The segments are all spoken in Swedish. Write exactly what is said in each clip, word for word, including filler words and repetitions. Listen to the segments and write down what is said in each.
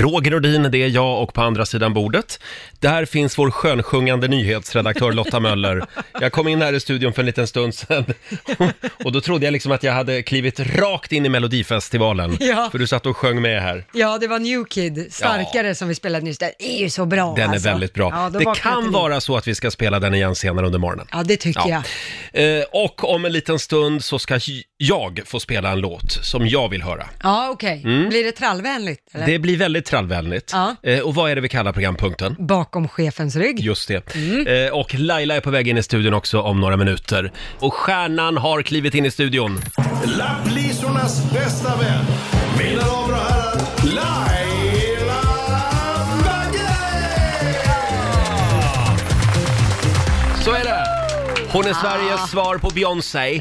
Roger Nordin, det är jag, och på andra sidan bordet där finns vår skönsjungande nyhetsredaktör Lotta Möller. Jag kom in här i studion för en liten stund sedan och då trodde jag liksom att jag hade klivit rakt in i Melodifestivalen. Ja. För du satt och sjöng med här. Ja, det var New Kid, starkare ja. som vi spelade nyss. Det är ju så bra. Den alltså. är väldigt bra. Ja, det kan vara så att vi ska spela den igen senare under morgonen. Ja, det tycker ja. jag. Eh, och om en liten stund så ska jag få spela en låt som jag vill höra. Ja, okej. Okay. Mm. Blir det trallvänligt? Eller? Det blir väldigt trallvänligt. Ja. Eh, och vad är det vi kallar programpunkten? Bakom chefens rygg. Just det. Mm. Eh, och Laila är på väg in i studion också om några minuter. Och stjärnan har klivit in i studion. Lapplisornas bästa vän. Mina damer och herrar, Laila Bagge! Så är det. Hon är Sveriges svar på Beyoncé.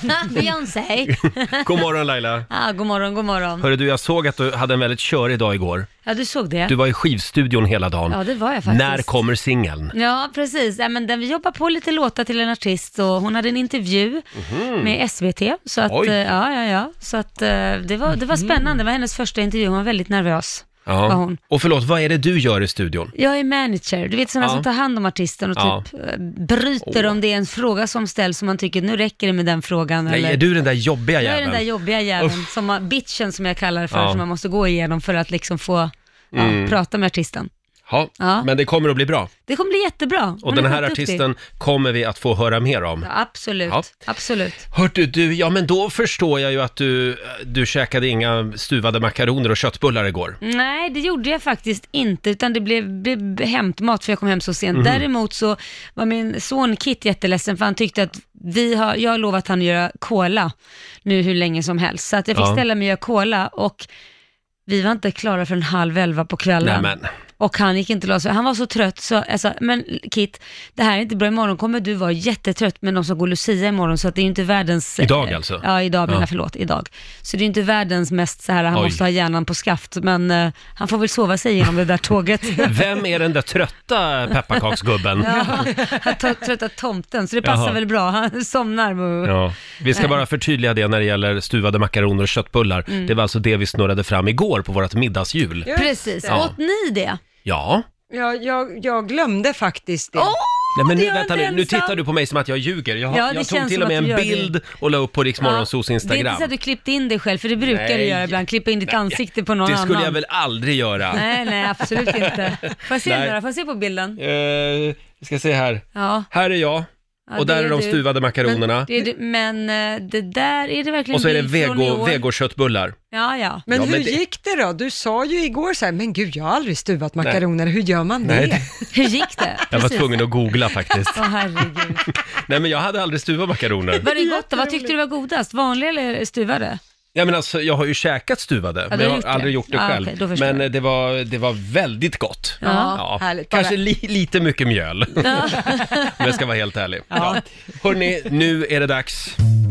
Beyoncé. God morgon Laila. Ja, god morgon, god morgon. Hörru du, jag såg att du hade en väldigt körig dag igår. Ja, du såg det. Du var i skivstudion hela dagen. Ja, det var jag faktiskt. När kommer singeln? Ja, precis. Ja, men den, vi jobbar på lite låtar till en artist och hon hade en intervju mm-hmm. med S V T. Så att, ja, ja, ja. Så att det var, det var spännande. Det var hennes första intervju. Hon var väldigt nervös. Ja. Hon. Och förlåt, vad är det du gör i studion? Jag är manager. Du vet sådana ja. som tar hand om artisten och ja. typ bryter oh. om det är en fråga som ställs som man tycker nu räcker det med den frågan. Nej, eller... är du den där jobbiga jäveln? Jag är den där jobbiga jäveln, som man, bitchen som jag kallar det för, ja. som man måste gå igenom för att liksom få ja, mm. prata med artisten. Ja, ja, men det kommer att bli bra. Det kommer bli jättebra. Hon och den här artisten duktig. Kommer vi att få höra mer om. Ja, absolut, ja. absolut. Hörde du, ja men då förstår jag ju att du, du käkade inga stuvade makaroner och köttbullar igår. Nej, det gjorde jag faktiskt inte, utan det blev, blev hämtmat för jag kom hem så sent. Mm. Däremot så var min son Kit jätteledsen för han tyckte att vi har, jag har lovat han att göra cola nu hur länge som helst. Så att jag fick ja. ställa mig och göra cola och vi var inte klara för en halv elva på kvällen. Nej, men. Och han gick inte loss. Han var så trött så, alltså, men Kit, det här är inte bra. Imorgon kommer du vara jättetrött med de som går Lucia imorgon, så att det är inte världens... Idag alltså? Ja, idag, men ja. förlåt, idag. Så det är inte världens mest så här, han Oj. måste ha hjärnan på skaft, men uh, han får väl sova sig igenom det där tåget. Vem är den där trötta pepparkaksgubben? Ja, han trötta tomten, så det passar Jaha. väl bra. Han somnar. Med... Ja. Vi ska bara förtydliga det när det gäller stuvade makaroner och köttbullar. Mm. Det var alltså det vi snurrade fram igår på vårt middagshjul. Precis, ja. åt ni det? Ja. Ja, jag, jag glömde faktiskt det. Oh, Nej, men nu, det vänta nu, nu tittar du på mig som att jag ljuger. Jag, ja, jag tog till och med en bild det. och la upp på Rix Morgonzos Instagram. Det är inte så att du klippte in dig själv, för det brukar nej, du göra ibland. Klippa in ditt nej, ansikte på någon det annan. Det skulle jag väl aldrig göra. Nej, nej, absolut inte. Får jag se några? Får jag se på bilden? Uh, vi ska se här. Ja. Här är jag. Ja, och där är, är de du. stuvade makaronerna. Men det, du, men det där är det verkligen. Och så är det vego, vegoköttbullar. Ja, ja. Men ja, hur men det... gick det då? Du sa ju igår så här, men gud, jag har aldrig stuvat makaroner. Nej. Hur gör man det? Nej. Hur gick det? Jag var tvungen att googla faktiskt. Åh, herregud. Nej, men jag hade aldrig stuvat makaroner. Var det gott då? Vad tyckte du var godast? Vanliga eller stuvade? Ja, men alltså, jag har ju käkat stuvade, ja, men jag har aldrig det. gjort det ah, själv. Okay, men det var, det var väldigt gott. Ja, ja. Härligt. Kanske li, lite mycket mjöl. Ja. Om jag ska vara helt ärlig. Ja. Ja. Hörrni, nu är det dags.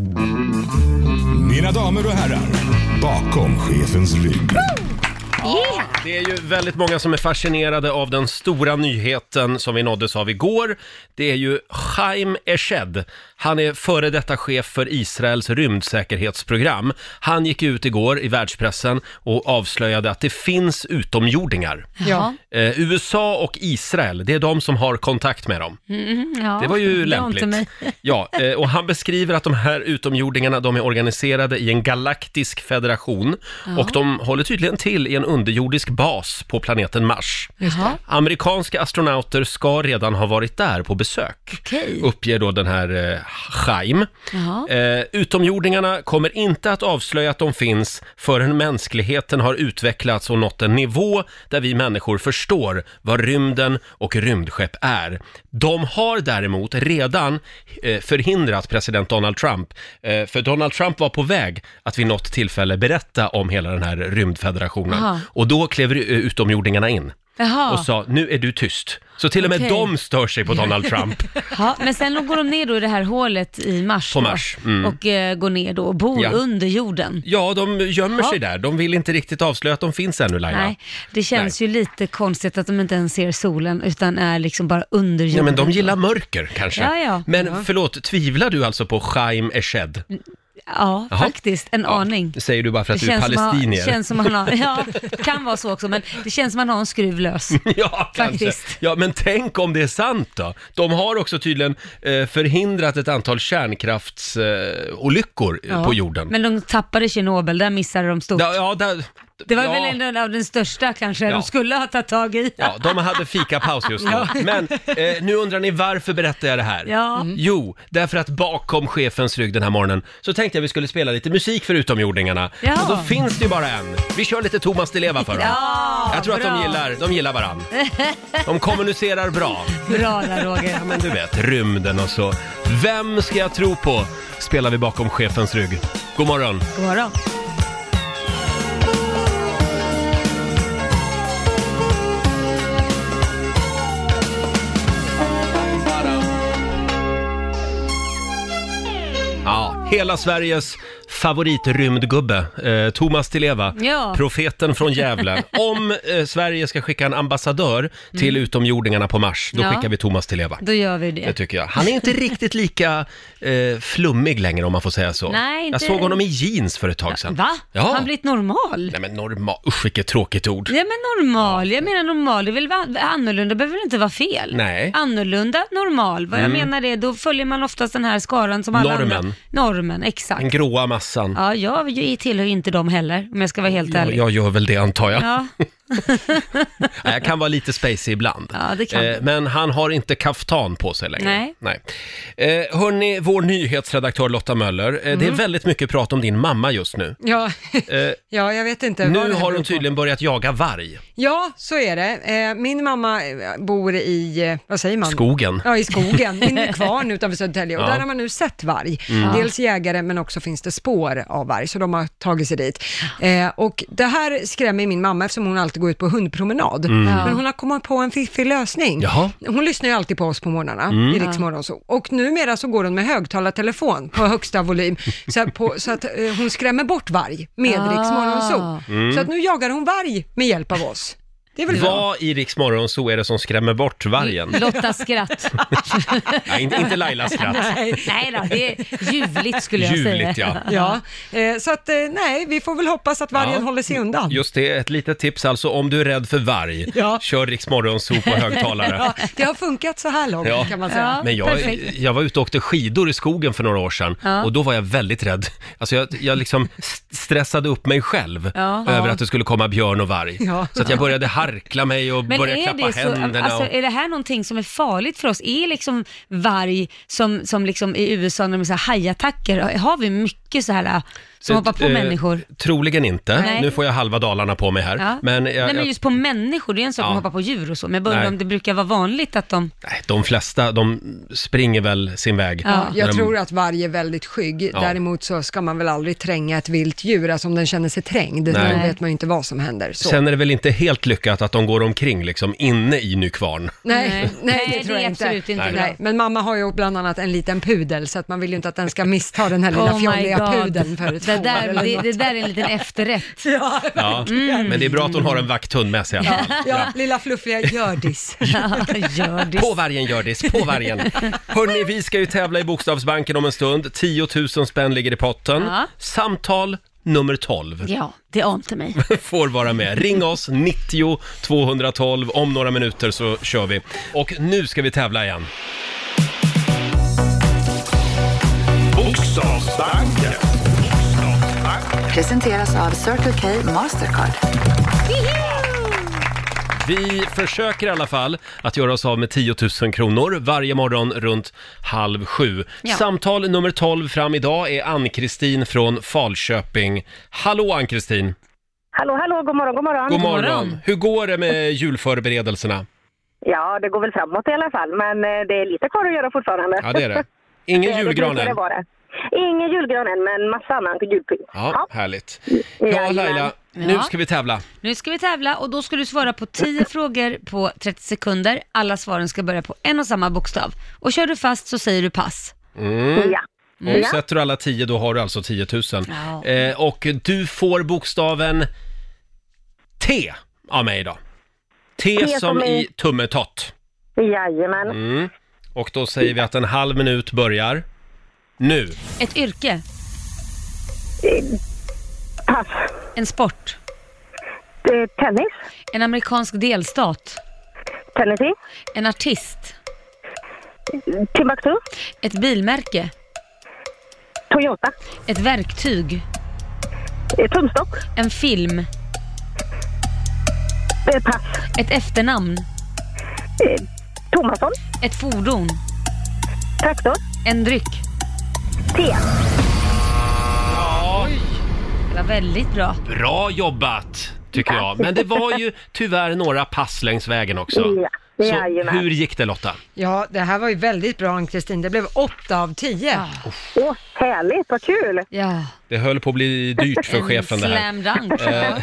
Mina damer och herrar, bakom chefens rygg. Ja, det är ju väldigt många som är fascinerade av den stora nyheten som vi nåddes av igår. Det är ju Chaim Eshed. Han är före detta chef för Israels rymdsäkerhetsprogram. Han gick ut igår i världspressen och avslöjade att det finns utomjordingar. Ja. Eh, U S A och Israel, det är de som har kontakt med dem. Mm, ja. Det var ju det lämpligt. Var inte ja, eh, och han beskriver att de här utomjordingarna, de är organiserade i en galaktisk federation. Ja. Och de håller tydligen till i en underjordisk bas på planeten Mars. Jaha. Amerikanska astronauter ska redan ha varit där på besök. Okej. Uppger då den här eh, Chaim. Eh, utomjordingarna kommer inte att avslöja att de finns förrän mänskligheten har utvecklats och nått en nivå där vi människor förstår vad rymden och rymdskepp är. De har däremot redan eh, förhindrat president Donald Trump. Eh, för Donald Trump var på väg att vid något tillfälle berätta om hela den här rymdfederationen. Aha. Och då klev utomjordingarna in. Jaha. Och sa, nu är du tyst. Så till och med Okej. de stör sig på Donald Trump. Ja, men sen går de ner då i det här hålet i Mars, på Mars. Mm. och eh, går ner då och bor ja. under jorden. Ja, de gömmer ja. sig där. De vill inte riktigt avslöja att de finns ännu, Laila. Nej, det känns Nej. ju lite konstigt att de inte ens ser solen utan är liksom bara under jorden. Ja, men de gillar mörker kanske. Ja, ja. Men ja. förlåt, tvivlar du alltså på Chaim Eshed? Ja, Jaha. faktiskt. En ja, aning. Det säger du bara för att det du är palestinier. Det känns som man har, ja, det kan vara så också, men det känns som man har en skruv lös. Ja, faktiskt. Kanske. Ja, men tänk om det är sant då. De har också tydligen eh, förhindrat ett antal kärnkraftsolyckor eh, ja. på jorden. Men de tappade Tjernobyl, där missade de stort. Ja, ja där... Det var ja. väl en av den största kanske ja. de skulle ha tagit tag i. Ja, de hade fikapaus just nu. Ja. Men eh, nu undrar ni varför berättar jag det här? Ja. Mm. Jo, därför att bakom chefens rygg den här morgonen så tänkte jag vi skulle spela lite musik för utomjordingarna. Ja. Och då finns det ju bara en. Vi kör lite Thomas Di Leva för dem. Ja, jag tror bra. att de gillar, de gillar varann. De kommunicerar bra. Bra där, Roger. Ja, men du vet, rymden och så. Vem ska jag tro på? Spelar vi bakom chefens rygg. God morgon. God morgon. Ja, hela Sveriges favoritrymdgubbe, eh, Thomas Di Leva, ja. profeten från Gävle. Om eh, Sverige ska skicka en ambassadör till mm. utomjordingarna på Mars, då ja. skickar vi Thomas Di Leva. Då gör vi det. Det tycker jag. Han är inte riktigt lika eh, flummig längre om man får säga så. Nej, inte... Jag såg honom i jeans för ett tag sedan. Va? Ja. Har han blivit normal? Nej men normal, usch vilket tråkigt ord. Ja men normal, jag menar normal, det är väl annorlunda, behöver väl inte vara fel. Nej. Annorlunda, normal, vad Mm. jag menar är, då följer man oftast den här skaran som alla Normen. andra. Normen, exakt. Den gråa massan. Ja, jag tillhör ju inte dem heller, om jag ska vara helt ja, ärlig. Jag gör väl det antar jag. Ja. Jag kan vara lite spacey ibland. Ja, det kan eh, men han har inte kaftan på sig längre. Nej. Nej. Eh, hörni, vår nyhetsredaktör Lotta Möller, eh, mm. det är väldigt mycket prat om din mamma just nu. Ja, eh, ja jag vet inte. Nu har hon tydligen börjat jaga varg. Ja, så är det. Eh, min mamma bor i, vad säger man? Skogen. Ja, i skogen. I Nykvarn utanför Södertälje. Och Ja. där har man nu sett varg. Mm. Dels jägare, men också finns det spår av varg. Så de har tagit sig dit. Eh, och det här skrämmer min mamma eftersom hon alltid går ut på hundpromenad. Mm. Men hon har kommit på en fiffig lösning. Jaha. Hon lyssnar ju alltid på oss på morgnarna Mm. i Rix Morgon så. Och numera så går hon med högtalartelefon på högsta volym. Så att, på, så att eh, hon skrämmer bort varg med Ah. Rix Morgon så. Mm. Så att nu jagar hon varg med hjälp av oss. Det är väl bra. Vad i Rix Morgon så är det som skrämmer bort vargen? Lottas skratt. Nej, inte, inte Lailas skratt. Nej, nej då, det är ljuvligt skulle jag Ljuvligt, säga. ja. Ja, eh, så att eh, nej, vi får väl hoppas att vargen Ja. håller sig undan. Just det, ett litet tips alltså. Om du är rädd för varg, Ja. kör Rix Morgon så på högtalare. Ja, det har funkat så här långt Ja. kan man säga. Ja. Men jag, Perfekt. jag var ute och åkte skidor i skogen för några år sedan Ja. och då var jag väldigt rädd. Alltså jag, jag liksom st- stressade upp mig själv Ja. över Ja. att det skulle komma björn och varg. Ja. Så att jag började harkla mig och Men började är klappa det så, händerna. alltså, och... är det här någonting som är farligt för oss? Är liksom varg som, som liksom i U S A när de är så här hajattacker, har vi mycket så här som hoppar på Eh, människor? Troligen inte. Nej. Nu får jag halva Dalarna på mig här. Ja. Men, jag, Nej men jag, just på människor, det är en sak Ja. att hoppa på djur och så, men jag bara Nej. undrar om det brukar vara vanligt att de... nej, de flesta, de springer väl sin väg. Ja. När Jag de, tror att varg är väldigt skygg. Ja. Däremot så ska man väl aldrig tränga ett vilt djur, alltså om den känner sig trängd. Nej. Då vet man ju inte vad som händer. Så. Sen är det väl inte helt lyckat att de går omkring liksom inne i Nykvarn. Nej, nej, Nej, det det tror är jag inte. absolut inte Nej. bra. Nej, men mamma har ju bland annat en liten pudel, så att man vill ju inte att den ska missta den här lilla Oh my fjolliga God. pudeln för ett Det får där, eller det, något. det där är en liten efterrätt. Ja, Ja, men det är bra att hon har en vakthund med sig. ja, ja, lilla fluffiga Hjördis. Ja, gör det. På vargen, Hjördis, på vargen. Hörrni, vi ska ju tävla i Bokstavsbanken om en stund. tio tusen spänn ligger i potten. Ja. Samtal nummer tolv Ja, det ante mig. får vara med. Ring oss, nittio tvåhundratolv. Om några minuter så kör vi. Och nu ska vi tävla igen. Bokstavsbanken. Presenteras av Circle K Mastercard. Vi försöker i alla fall att göra oss av med tio tusen kronor varje morgon runt halv sju. Ja. Samtal nummer tolv fram idag är Ann-Kristin från Falköping. Hallå Ann-Kristin! Hallå, hallå, god morgon, god morgon. God morgon. morgon. Hur går det med julförberedelserna? Ja, det går väl framåt i alla fall, men eh, det är lite kvar att göra fortfarande. Ja, det är det. Ingen Det- det julgran brukar det än? vara. Ingen julgran än, men massa annan julpynt. Ja, härligt. Ja, Jajamän. Laila, nu Ja. ska vi tävla. Nu ska vi tävla och då ska du svara på tio frågor på trettio sekunder. Alla svaren ska börja på en och samma bokstav. Och kör du fast så säger du pass. Mm. Ja. Och Ja. sätter du alla tio, då har du alltså tio tusen. Ja. Eh, och du får bokstaven T av mig idag. T, T som som i i- tummetott. Jajamän. Mm. Och då säger vi att en halv minut börjar nu. Ett yrke, Pass. En sport. Eh, tennis. En amerikansk delstat. Tennessee. En artist. Timbuktu. Ett bilmärke. Toyota. Ett verktyg. Eh, tumstock. En film. Eh, pass. Ett efternamn. Eh, Tomasson. Ett fordon. Traktor. En dryck. Te. Det var väldigt bra. Bra jobbat, tycker jag. Men det var ju tyvärr några pass längs vägen också. Ja, Så jajamän. hur gick det, Lotta? Ja, det här var ju väldigt bra, Ann-Kristin. Det blev åtta av tio. Åh, härligt, vad kul. Ja. Det höll på att bli dyrt för chefen det här. Slam dunk.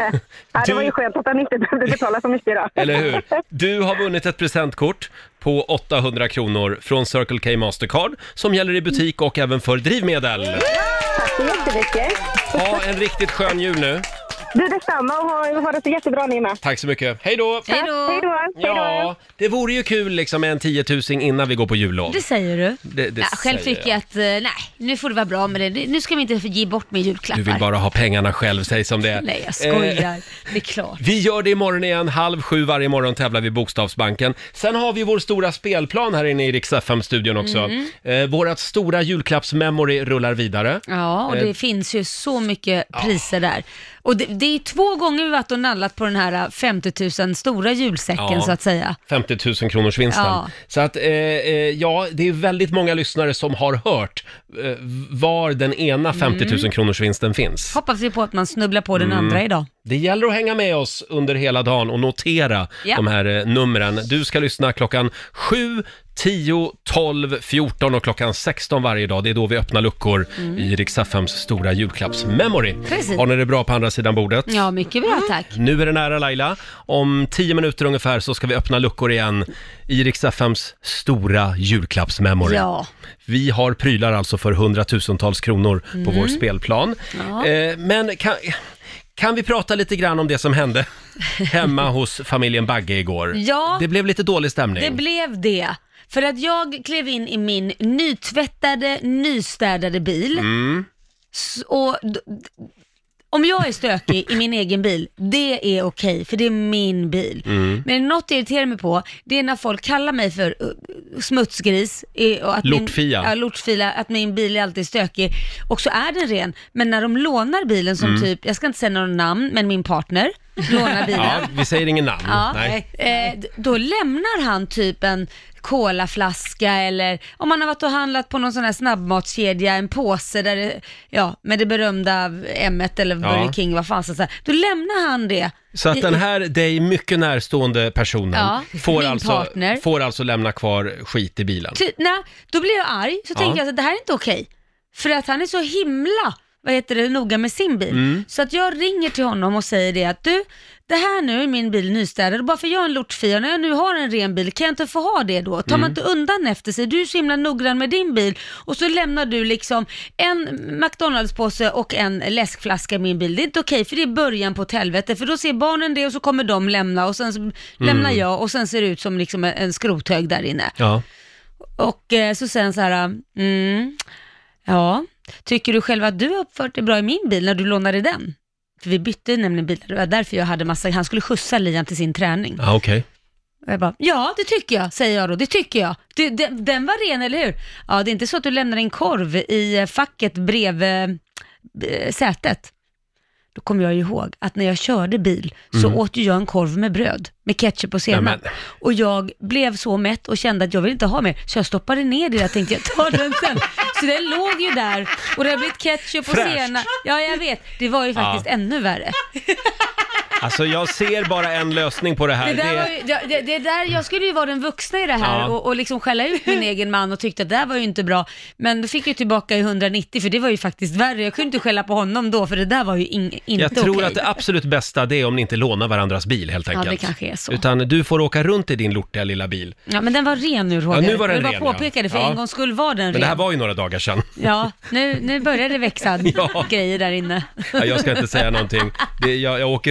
Ja, det var ju skönt att han inte behövde betala så mycket då. Eller hur? Du har vunnit ett presentkort på åttahundra kronor från Circle K Mastercard som gäller i butik och även för drivmedel. Tack så jättemycket. Ha en riktigt skön jul nu. Du, detsamma, och ha, ha det så jättebra ni med. Tack så mycket. Hej då! Hej då. Hej då. Ja, det vore ju kul liksom med en tiotusing innan vi går på jullov. Det säger du. Det, det Ja, själv säger tycker jag att, eh, nej, nu får det vara bra med det. Nu ska vi inte ge bort med julklappar. Du vill bara ha pengarna själv, säg som det är. Nej, jag skojar. Eh, Det är klart. Vi gör det imorgon igen, halv sju varje morgon tävlar vi i Bokstavsbanken. Sen har vi vår stora spelplan här inne i Rix F M-studion också. Mm. Eh, vårat stora julklappsmemory rullar vidare. Ja, och det Eh, finns ju så mycket priser där. Och det, det är två gånger vi varit och nallat på den här femtio tusen stora julsäcken Ja. så att säga. femtio tusen kronors vinsten. Ja. Så att, eh, eh, ja, det är väldigt många lyssnare som har hört eh, var den ena femtio tusen kronors vinsten finns. Hoppas vi på att man snubblar på den Mm. andra idag. Det gäller att hänga med oss under hela dagen och notera Ja. de här eh, numren. Du ska lyssna klockan sju, tio, tolv, fjorton och klockan sexton varje dag. Det är då vi öppnar luckor i Rix F M:s stora julklappsmemory. Precis. Har ni det bra på andra sidan bordet? Ja, mycket bra tack. Nu är det nära, Laila. Om tio minuter ungefär så ska vi öppna luckor igen i Rix F M:s stora julklappsmemory. Ja. Vi har prylar alltså för hundratusentals kronor på vår spelplan. Ja. Eh, men kan, kan vi prata lite grann om det som hände hemma hos familjen Bagge igår? Ja. Det blev lite dålig stämning. Det blev det. För att jag klev in i min nytvättade, nystädade bil. Mm. S- Och d- d- om jag är stökig i min egen bil, det är okej, för det är min bil. Mm. Men något jag irriterar mig på, det är när folk kallar mig för uh, smutsgris. eh, Och att Lortfia. Min, ja, lortfila, att min bil är alltid stökig. Och så är den ren. Men när de lånar bilen som Mm. typ, jag ska inte säga några namn, men min partner lånar bilen. Ja, vi säger ingen namn. Ja, Nej. eh, d- då lämnar han typ en colaflaska eller om man har varit och handlat på någon sån här snabbmatskedja, en påse där det, ja, med det berömda M ett eller Burger Ja. King, vad fan så, så här. Då lämnar han det. Så att i- den här dig mycket närstående personen Ja, får, min alltså, partner. får alltså lämna kvar skit i bilen. Ty, nej, då blir jag arg, så Ja. tänker jag att det här är inte okej. För att han är så himla, vad heter det, noga med sin bil. Mm. Så att jag ringer till honom och säger det att du, det här nu är min bil nystädad och bara för jag är en lortfia, när jag nu har en ren bil, kan jag inte få ha det då? Tar man inte undan efter sig? Du är så himla noggrann med din bil och så lämnar du liksom en McDonalds-påse och en läskflaska i min bil. Det är inte okej, för det är början på ett helvete, för då ser barnen det och så kommer de lämna och sen så lämnar jag och sen ser det ut som liksom en skrothög där inne. Ja. Och eh, så säger han så här, mm, ja, tycker du själv att du har uppfört dig bra i min bil när du lånade den? För vi bytte nämligen bilar, det var därför jag hade massa, han skulle skjutsa Liam till sin träning. Ja, okej. Och jag bara, ja det tycker jag, säger jag då, det tycker jag. Det, det, den var ren, eller hur? Ja, det är inte så att du lämnar en korv i facket bredvid eh, sätet. Då kommer jag ju ihåg att när jag körde bil så åt ju jag en korv med bröd, med ketchup och senap. Nämen. Och jag blev så mätt och kände att jag vill inte ha mer. Så jag stoppade ner det där och tänkte jag tar den sen. Så den låg ju där och det har blivit ketchup och Fräscht. senap. Ja, jag vet. Det var ju faktiskt ännu värre. Alltså jag ser bara en lösning på det här. Det där Det- var ju, det, det, det där, jag skulle ju vara den vuxna i det här Ja. och, och liksom skälla ut min egen man och tyckte att det där var ju inte bra. Men då fick jag tillbaka i hundranittio för det var ju faktiskt värre. Jag kunde inte skälla på honom då för det där var ju in, inte Jag tror okej. att det absolut bästa det är om ni inte lånar varandras bil helt Ja, enkelt. det kanske är så. Utan du får åka runt i din lortiga lilla bil. Ja, men den var ren nu Roger. Ja, nu var den jag vill ren, bara ja. påpeka det, för Ja. en gång skulle var den Men ren. det här var ju några dagar sedan. Ja, nu, nu börjar det växa Ja. grejer där inne. Ja, jag ska inte säga någonting. Det, jag, jag åker runt i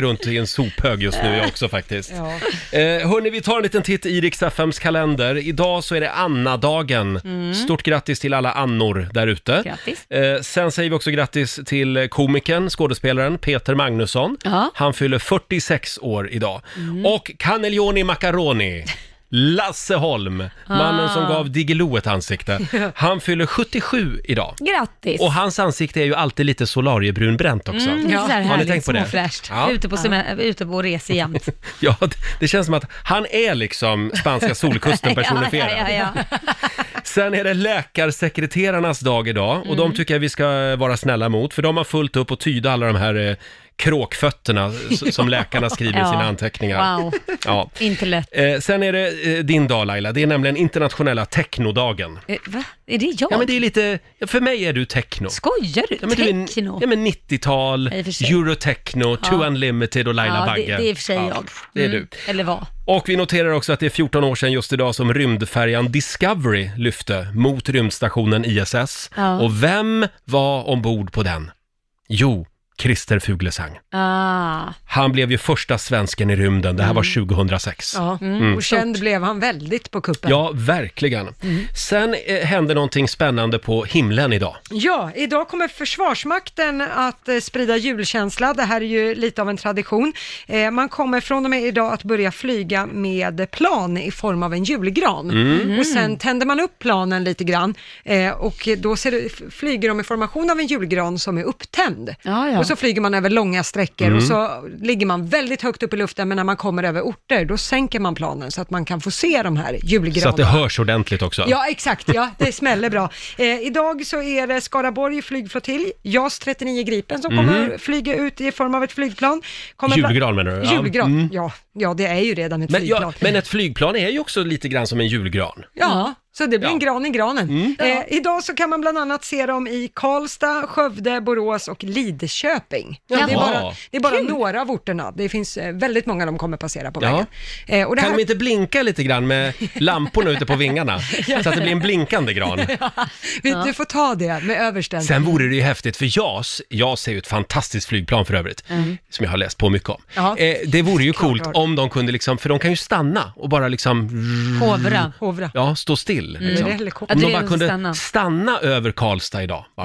en sophög just nu jag också faktiskt. Ja. Eh, hörni, vi tar en liten titt i Rix F M:s kalender. Idag så är det Anna-dagen. Mm. Stort grattis till alla Annor där ute. Grattis. Eh, sen säger vi också grattis till komikern, skådespelaren Peter Magnusson. Ja. Han fyller fyrtiosex år idag. Mm. Och Cannelloni Macaroni. Lasse Holm, mannen som gav Diggiloo ett ansikte. Han fyller sjuttiosju idag. Grattis. Och hans ansikte är ju alltid lite solariebrunbränt också. Mm, ja. Har ni tänkt på det? Småfräscht. Ja. Ute på, sem- ute på resor jämt. Ja, det, det känns som att han är liksom spanska solkusten personifierad. ja, ja, ja, ja. Sen är det läkarsekreterarnas dag idag och mm. de tycker jag vi ska vara snälla mot, för de har fullt upp och tyda alla de här eh, kråkfötterna som läkarna skriver ja. i sina anteckningar. Wow, ja. inte lätt. Eh, sen är det eh, din dag, Laila. Det är nämligen internationella technodagen. Eh, va? Är det jag? Ja, men det är lite, för mig är du techno. Skojar du? Ja, men techno? Du är, ja, men nittiotal, Eurotechno, ja. Too Unlimited och Laila ja, Bagge. Det, det är i och för sig ja, jag. Det är mm. du. Eller vad? Och vi noterar också att det är fjorton år sedan just idag som rymdfärjan Discovery lyfte mot rymdstationen I S S. Ja. Och vem var ombord på den? Jo, Christer Fuglesang. Ah. Han blev ju första svensken i rymden. Det här var tjugohundrasex. Ja, mm. och känd blev han väldigt på kuppen. Ja, verkligen. Mm. Sen eh, hände någonting spännande på himlen idag. Ja, idag kommer Försvarsmakten att eh, sprida julkänsla. Det här är ju lite av en tradition. Eh, man kommer från och med idag att börja flyga med plan i form av en julgran. Mm. Och sen tänder man upp planen lite grann eh, och då ser det, flyger de i formation av en julgran som är upptänd. Ja, ja. Och så flyger man över långa sträckor mm. och så ligger man väldigt högt upp i luften, men när man kommer över orter då sänker man planen så att man kan få se de här julgranarna. Så att det hörs ordentligt också. Ja, exakt. Ja, det smäller bra. Eh, idag så är det Skaraborg flygflottilj, JAS trettionio Gripen som mm. kommer flyga ut i form av ett flygplan. Kommer julgran menar du? Julgran, mm. ja. Ja, det är ju redan ett men, flygplan. Ja, men ett flygplan är ju också lite grann som en julgran. Ja. Så det blir ja. en gran i granen. Mm. Eh, ja. idag så kan man bland annat se dem i Karlstad, Skövde, Borås och Lidköping. Ja, det är bara, det är bara några av orterna. Det finns eh, väldigt många de kommer passera på vägen. Ja. Eh, och det kan här... de inte blinka lite grann med lamporna ute på vingarna? Så att det blir en blinkande gran. Ja. Ja. Du får ta det med översten. Sen vore det ju häftigt för JAS. JAS är ju ett fantastiskt flygplan för övrigt. Mm. Som jag har läst på mycket om. Eh, det vore ju coolt om de kunde liksom, för de kan ju stanna och bara liksom... Hovra. Hovra. Ja, stå still. Liksom. Mm. Om de bara kunde stanna. stanna över Karlstad idag. Bara,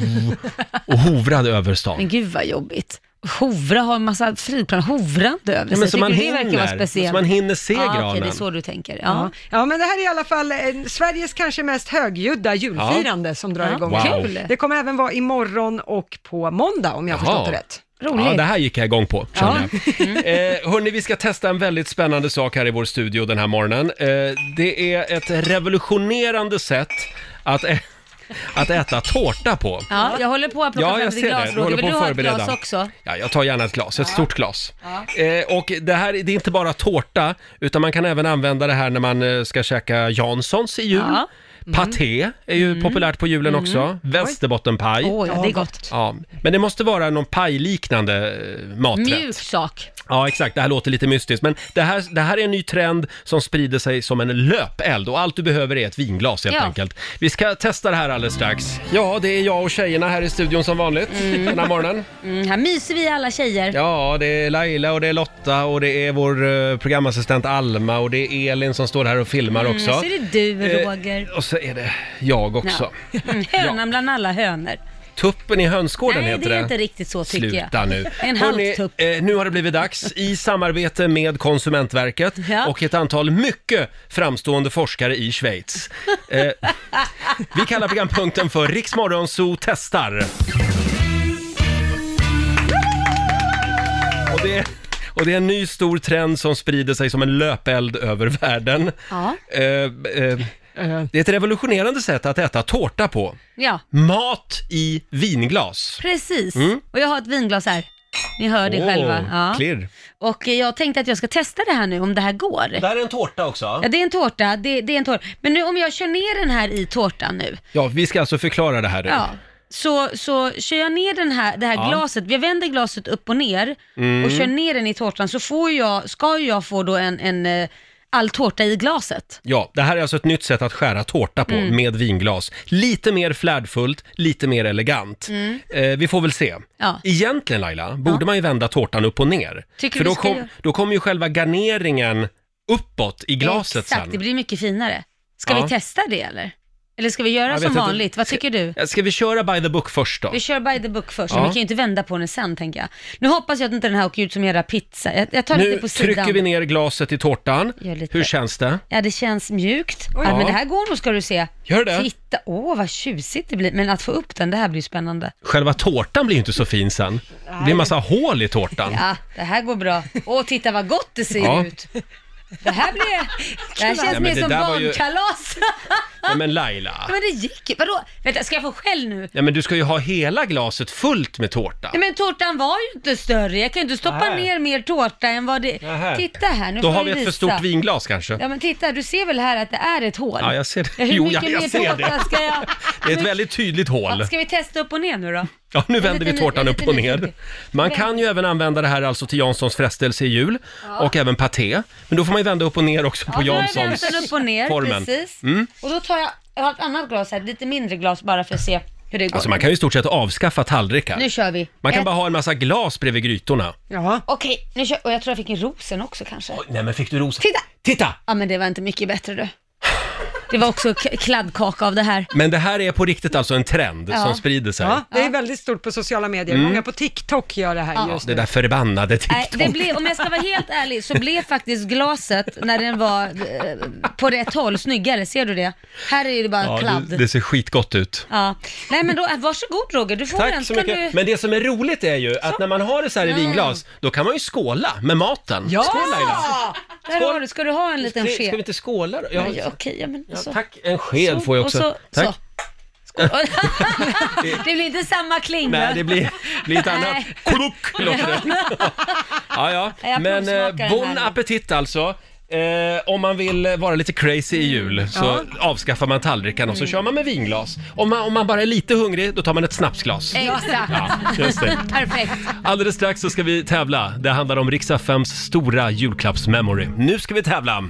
och hovrade över stan. Men gud vad jobbigt. Hovra har en massa flygplan hovrande över ja, sig. Så man, det verkar vara speciellt. så man hinner se ah, granen. Okej, det är så du tänker. Ja. Ja. ja, men det här är i alla fall eh, Sveriges kanske mest högljudda julfirande ja. som drar ja. igång. Wow. Kul. Det kommer även vara imorgon och på måndag om jag har förstått det rätt. Roligt. Ja, det här gick jag igång på, känner ja. jag. Eh, hörni, vi ska testa en väldigt spännande sak här i vår studio den här morgonen. Eh, det är ett revolutionerande sätt att, ä- att äta tårta på. Ja, jag håller på att plocka ja, fram till glasråd. Vill du ha ett glas också? Ja, jag tar gärna ett glas, ett ja. stort glas. Ja. Eh, och det här det är inte bara tårta, utan man kan även använda det här när man eh, ska käka Janssons i jul. Ja. Mm. Paté är ju mm. populärt på julen mm. också. Västerbottenpaj. Åh, ja, det är gott. Ja, men det måste vara någon pajliknande maträtt. Mjuk sak. Ja, exakt. Det här låter lite mystiskt. Men det här, det här är en ny trend som sprider sig som en löpeld. Och allt du behöver är ett vinglas helt ja. enkelt. Vi ska testa det här alldeles strax. Ja, det är jag och tjejerna här i studion som vanligt mm. den här morgonen. Mm, här myser vi alla tjejer. Ja, det är Laila och det är Lotta och det är vår uh, programassistent Alma och det är Elin som står här och filmar mm, också. Så är det du, Roger. Eh, och så är det jag också. Ja. Mm, hönan ja. bland alla hönor. Tuppen i hönsgården Nej, heter det. Nej, det är inte riktigt så tycker Sluta jag. nu. En halvtupp. Eh, nu har det blivit dags i samarbete med Konsumentverket ja. och ett antal mycket framstående forskare i Schweiz. Eh, vi kallar programpunkten för Rix Morgonzoo testar. Och det, och det är en ny stor trend som sprider sig som en löpeld över världen. Ja. Eh, eh, Det är ett revolutionerande sätt att äta tårta på. Ja. Mat i vinglas. Precis. Mm. Och jag har ett vinglas här. Ni hör det oh, själva. Ja. Klirr. Och jag tänkte att jag ska testa det här nu, om det här går. Det här är en tårta också. Ja, det är en tårta. Det, det är en tårta. Men nu om jag kör ner den här i tårtan nu. Ja, vi ska alltså förklara det här nu. Ja. Så, så kör jag ner den här, det här ja. glaset, vi vänder glaset upp och ner mm. och kör ner den i tårtan, så får jag, ska jag få då en, en all tårta i glaset. Ja, det här är alltså ett nytt sätt att skära tårta på Mm. med vinglas. Lite mer flärdfullt, lite mer elegant. Mm. Eh, vi får väl se. Ja. Egentligen, Laila, borde man ju vända tårtan upp och ner. Tycker För vi då, ska kom, göra- då kommer ju själva garneringen uppåt i glaset Exakt, sen. det blir mycket finare. Ska Ja. vi testa det eller? Eller ska vi göra Jag som vet inte. vanligt? Vad tycker du? Ska vi köra by the book först då? Vi kör by the book först, Ja. men vi kan ju inte vända på den sen tänker jag. Nu hoppas jag att inte den här åker ut som era pizza. Jag, jag tar Nu lite på sidan. trycker vi ner glaset i tårtan. Gör lite. Hur känns det? Ja, det känns mjukt. Oj. Ja, Ja. men det här går nog ska du se. Gör det? Titta, åh vad tjusigt det blir. Men att få upp den, det här blir spännande. Själva tårtan blir ju inte så fin sen. Det blir en massa hål i tårtan. Ja, det här går bra. Åh, titta vad gott det ser Ja. ut. Det här blir... Det här känns Nej, men mer det som där var ju- barnkalas. Nej, men Laila. Men det gick ju. Vadå? Vänta, ska jag få skäll nu? Ja, men du ska ju ha hela glaset fullt med tårta. Nej, men tårtan var ju inte större. Jag kan ju inte stoppa Nähä. ner mer tårta än vad det... Nähä. Titta här, nu Då får har jag vi ett visa. för stort vinglas kanske. Ja, men titta, du ser väl här att det är ett hål? Ja, jag ser det. Ja, hur Jo, mycket ja, jag mer ser tårta det. ska jag... Det är ett väldigt tydligt hål. Ja, ska vi testa upp och ner nu då? Ja, nu Jag är vänder lite vi ny- tårtan jag är upp och lite ner. nyfiken. Man kan ju även använda det här alltså till Janssons frestelse i jul och även paté. Men då får man ju vända upp och ner också på Ja, då har jag Janssons vänt den upp och ner, formen. precis. Mm. Och då tar jag, jag har ett annat glas här, lite mindre glas bara för att se hur det går. Alltså man kan ju i stort sett avskaffa tallrikar. Nu kör vi. Man kan Ett- bara ha en massa glas bredvid grytorna. Ja. Okej, nu kör... Och jag tror jag fick en rosen också kanske. Nej, men fick du rosa? Titta! Titta! Ja, men det var inte mycket bättre du. Det var också k- kladdkaka av det här. Men det här är på riktigt alltså en trend Ja. som sprider sig. Ja, det är väldigt stort på sociala medier. Mm. Många på TikTok gör det här Ja. just Det nu. där förbannade Nej, TikTok. det blev, om jag ska vara helt ärlig så blev faktiskt glaset när den var eh, på rätt håll snyggare. Ser du det? Här är det bara Ja, kladd. det, det ser skitgott ut. Ja. Nej men då, varsågod Roger, du får Tack den. så Kan mycket. Du... Men det som är roligt är ju att när man har det så här i Mm. vinglas, då kan man ju skåla med maten. Ja! Skål Laila! Där Skål. har du, ska du ha en liten Ska, ska vi sked? inte skåla då? Ja, Ja, ja, okej, ja, men ja, så. tack, en sked Så, får jag också. och så, tack. så. Skål. Det blir inte samma kling va? Nej, det blir, blir ett annat Nej. kluck låter det. Ja, ja. Jag Men provsmakar eh, den bon här nu. appetit alltså. Eh, om man vill eh, vara lite crazy i jul så avskaffar man tallriken och så kör man med vinglas. Om man, om man bara är lite hungrig, då tar man ett snapsglas. Exakt. Ja, just det. Perfekt. Alldeles strax så ska vi tävla. Det handlar om Rix F M:s stora julklappsmemory. Nu ska vi tävla.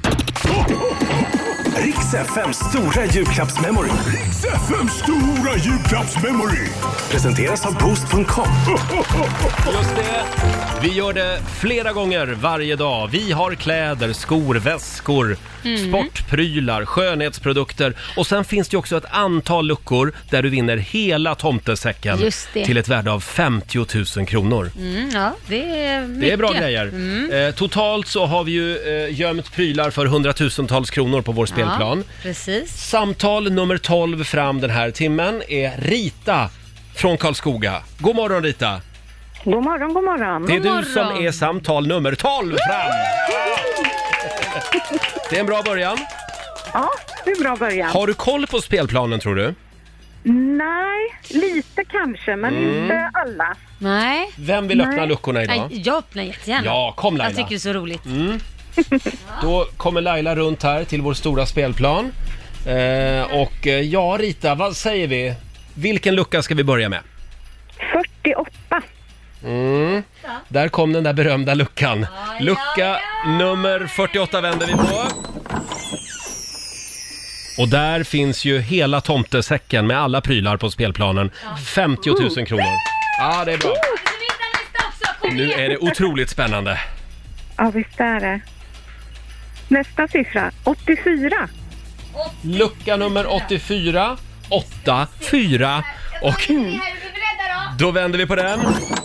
Rix F M:s stora julklappsmemory. Rix F M:s stora julklappsmemory. Presenteras av Boost punkt com. Just det. Vi gör det flera gånger varje dag. Vi har kläder, skor, väskor, Mm. sportprylar, skönhetsprodukter och sen finns det ju också ett antal luckor där du vinner hela tomtesäcken Just det. till ett värde av femtio tusen kronor. Mm, ja, det är mycket. Det är bra grejer. Mm. Eh, totalt så har vi ju eh, gömt prylar för hundratusentals kronor på vår spelplan. Ja, precis. Samtal nummer tolv fram den här timmen är Rita från Karlskoga. God morgon Rita! God morgon, god morgon. Det är God du morgon. som är samtal nummer tolv fram! Det är en bra början. Ja, det är en bra början. Har du koll på spelplanen tror du? Nej, lite kanske, men Mm. inte alla. Nej. Vem vill öppna Nej. luckorna idag? Nej, jag öppnar jättegärna. Ja, kom Laila. Jag tycker det är så roligt. Mm. Då kommer Laila runt här till vår stora spelplan. Eh, och eh, ja, Rita, vad säger vi? Vilken lucka ska vi börja med? fyrtioåtta. Mm. Där kom den där berömda luckan. Lucka nummer fyrtioåtta vänder vi på. Och där finns ju hela tomtesäcken med alla prylar på spelplanen. femtio tusen kronor. Ja, det är bra. Nu är det otroligt spännande. Ja, visst är det. Nästa siffra, åttiofyra. Lucka nummer åttiofyra, åtta, fyra och då vänder vi på den.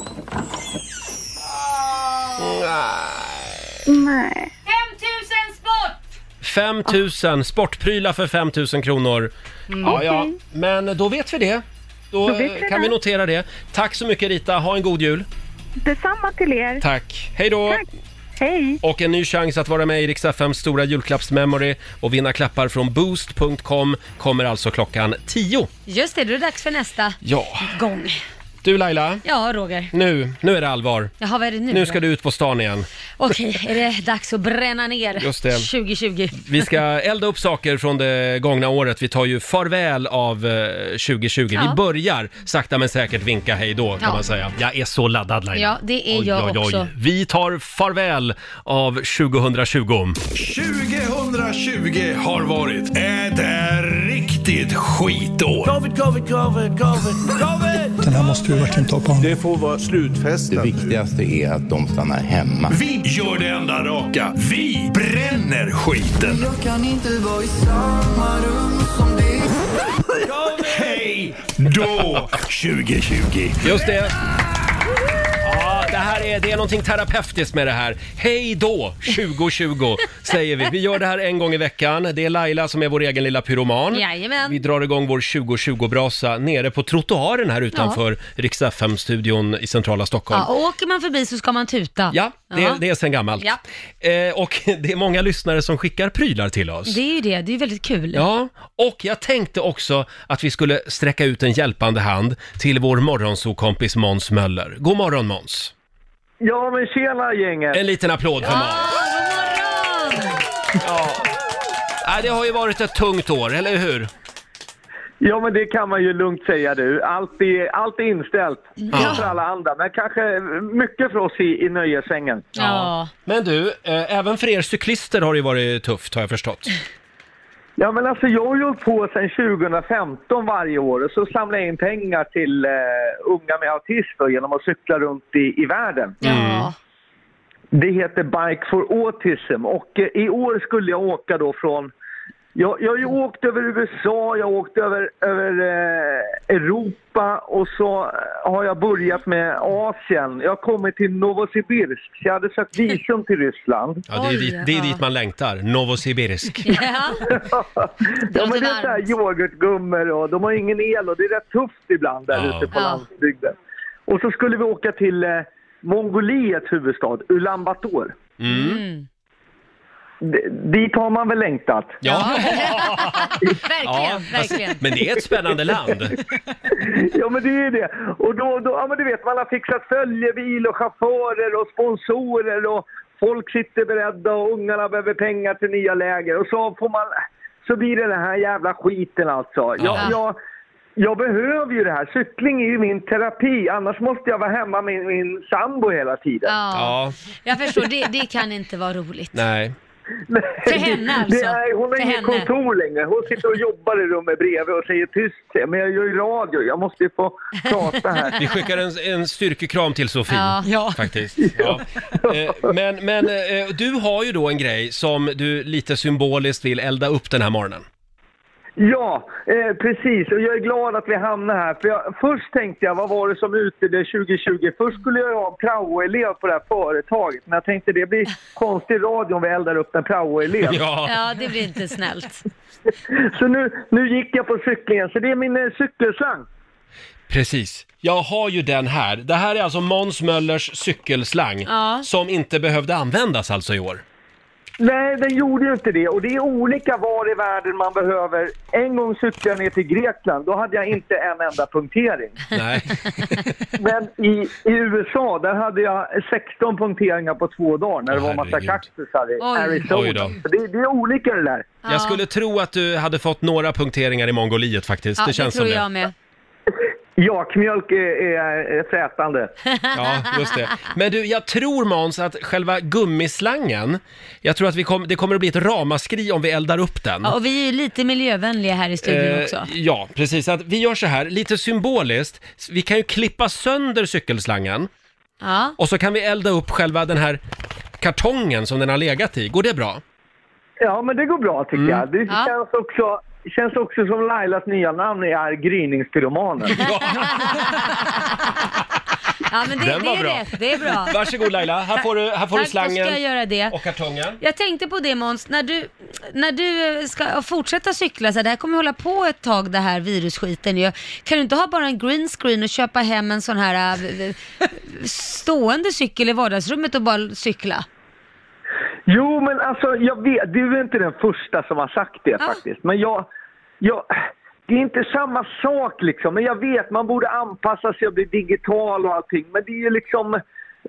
Nej. femtusen sport! fem tusen, sportprylar för fem tusen kronor. Ja, ja, men då vet vi det. Då, Då vet eh, vi kan det. vi notera det. Tack så mycket Rita, ha en god jul. Detsamma till er. Tack, hej då! Tack. Hej. Och en ny chans att vara med i Rix F M:s stora julklappsmemory och vinna klappar från Boost punkt com kommer alltså klockan tio. Just det, då är det dags för nästa Ja, gång. Du Laila? Ja, Roger. Nu, nu är det allvar. Jaha, vad är det nu? Nu ska du ut på stan igen. Okej, är det dags att bränna ner Just det. tjugo tjugo? Vi ska elda upp saker från det gångna året. Vi tar ju farväl av eh, tjugo tjugo. Ja. Vi börjar sakta men säkert vinka hej då, kan ja. man säga. Jag är så laddad, Laila. Ja, det är oj, jag oj, oj. också. Vi tar farväl av tjugo tjugo. tjugo tjugo har varit ett riktigt skitår. Covid, covid, covid, covid, covid. Den här måste vi verkligen ta på. Det får vara slutfest. Det viktigaste är att de stannar hemma. Vi gör det enda raka. Vi bränner skiten. Jag kan inte vara i samma rum som dig. Hej då tjugo tjugo. Just det. Ja, det här är, det är någonting terapeutiskt med det här. Hej då tjugo tjugo säger vi. Vi gör det här en gång i veckan. Det är Laila som är vår egen lilla pyroman. Jajamän. Vi drar igång vår tjugo tjugo-brasa nere på trottoaren här utanför ja. Rix F M-studion i centrala Stockholm. Ja, och åker man förbi så ska man tuta. Ja, det, ja. det är sen gammalt. Ja. Eh, och det är många lyssnare som skickar prylar till oss. Det är ju det, det är väldigt kul. Ja, och jag tänkte också att vi skulle sträcka ut en hjälpande hand till vår morgonsokompis Måns Möller. God morgon, Måns. Ja, men tjena gänget. En liten applåd för ja, Måns. God morgon! Ja. Ja, det har ju varit ett tungt år, eller hur? Ja, men det kan man ju lugnt säga du. Allt är, allt är inställt ja. för alla andra, men kanske mycket för oss i, i nöjesvängen. Ja. ja. Men du, eh, även för er cyklister har det varit tufft, har jag förstått. Ja, men alltså jag har ju hållit på sedan tjugo femton varje år och så samlar jag in pengar till eh, unga med autism genom att cykla runt i, i världen. Ja. Det heter Bike for Autism och eh, i år skulle jag åka då från... Jag, jag har ju åkt över U S A, jag har åkt över, över eh, Europa och så har jag börjat med Asien. Jag har kommit till Novosibirsk, jag hade sökt visum till Ryssland. Ja, det är, dit, det är dit man längtar, Novosibirsk. Ja, ja men det är så här yoghurtgummor och de har ingen el och det är rätt tufft ibland där ja. ute på ja. landsbygden. Och så skulle vi åka till eh, Mongoliets huvudstad, Ulan Bator. Mm. D- dit har man väl längtat. Ja, verkligen, ja, verkligen. Men det är ett spännande land. Ja, men det är det. Och då, då ja, men du vet, man har fixat följebil och chaufförer och sponsorer och folk sitter beredda och ungarna behöver pengar till nya läger. Och så får man, så blir det den här jävla skiten alltså. Jag, ja. jag, jag behöver ju det här. Cykling är ju min terapi. Annars måste jag vara hemma med min sambo hela tiden. Ja, ja. Jag förstår. Det, det kan inte vara roligt. Nej. För henne alltså. Det är, hon har inget kontor längre. Hon sitter och jobbar i rummet bredvid och säger tyst. Men jag gör ju radio. Jag måste ju få prata här. Vi skickar en, en styrkekram till Sofie. Ja. Ja. Faktiskt. Ja. Eh, men men eh, du har ju då en grej som du lite symboliskt vill elda upp den här morgonen. Ja, eh, precis. Och jag är glad att vi hamnar här. För jag, först tänkte jag, vad var det som ute tjugo tjugo? Först skulle jag ha en praoelev på det här företaget. Men jag tänkte, det blir konstig radio om vi eldar upp en praoelev. Ja. Ja, det blir inte snällt. Så nu, nu gick jag på cyklingen. Så det är min eh, cykelslang. Precis. Jag har ju den här. Det här är alltså Måns Möllers cykelslang. Ja. Som inte behövde användas alltså i år. Nej, den gjorde ju inte det. Och det är olika var i världen man behöver. En gång cyklade jag ner till Grekland. Då hade jag inte en enda punktering. Nej. Men i, i U S A, där hade jag sexton punkteringar på två dagar. När det Åh, var massa herregud. kaktusar i Oj. Arizona. Oj då. Så det, det är olika det där. Ja. Jag skulle tro att du hade fått några punkteringar i Mongoliet faktiskt. Ja, det det, känns tror som det. jag med. Jakmjölk är, är, är frätande. Ja, just det. Men du, jag tror Måns att själva gummislangen, jag tror att vi kom, det kommer att bli ett ramaskri om vi eldar upp den. Ja, och vi är ju lite miljövänliga här i studion Eh, också. Ja, precis. Att vi gör så här, lite symboliskt. Vi kan ju klippa sönder cykelslangen Ja. och så kan vi elda upp själva den här kartongen som den har legat i. Går det bra? Ja, men det går bra tycker Mm. jag. Det Ja. känns också... Det känns också som Lailas nya namn är gryningspyromanen. Ja, men det, Den det var är bra. rätt. Det är bra. Varsågod Laila, här får du, här får du Tack, då ska slangen jag göra det. och kartongen. Jag tänkte på det Måns, när du, när du ska fortsätta cykla, så här, det här kommer hålla på ett tag, det här virusskiten ju. Kan du inte ha bara en green screen och köpa hem en sån här äh, stående cykel i vardagsrummet och bara cykla? Jo, men alltså, jag vet, du är inte den första som har sagt det Ah. faktiskt. Men jag, jag, det är inte samma sak liksom. Men jag vet, man borde anpassa sig och bli digital och allting. Men det är ju liksom...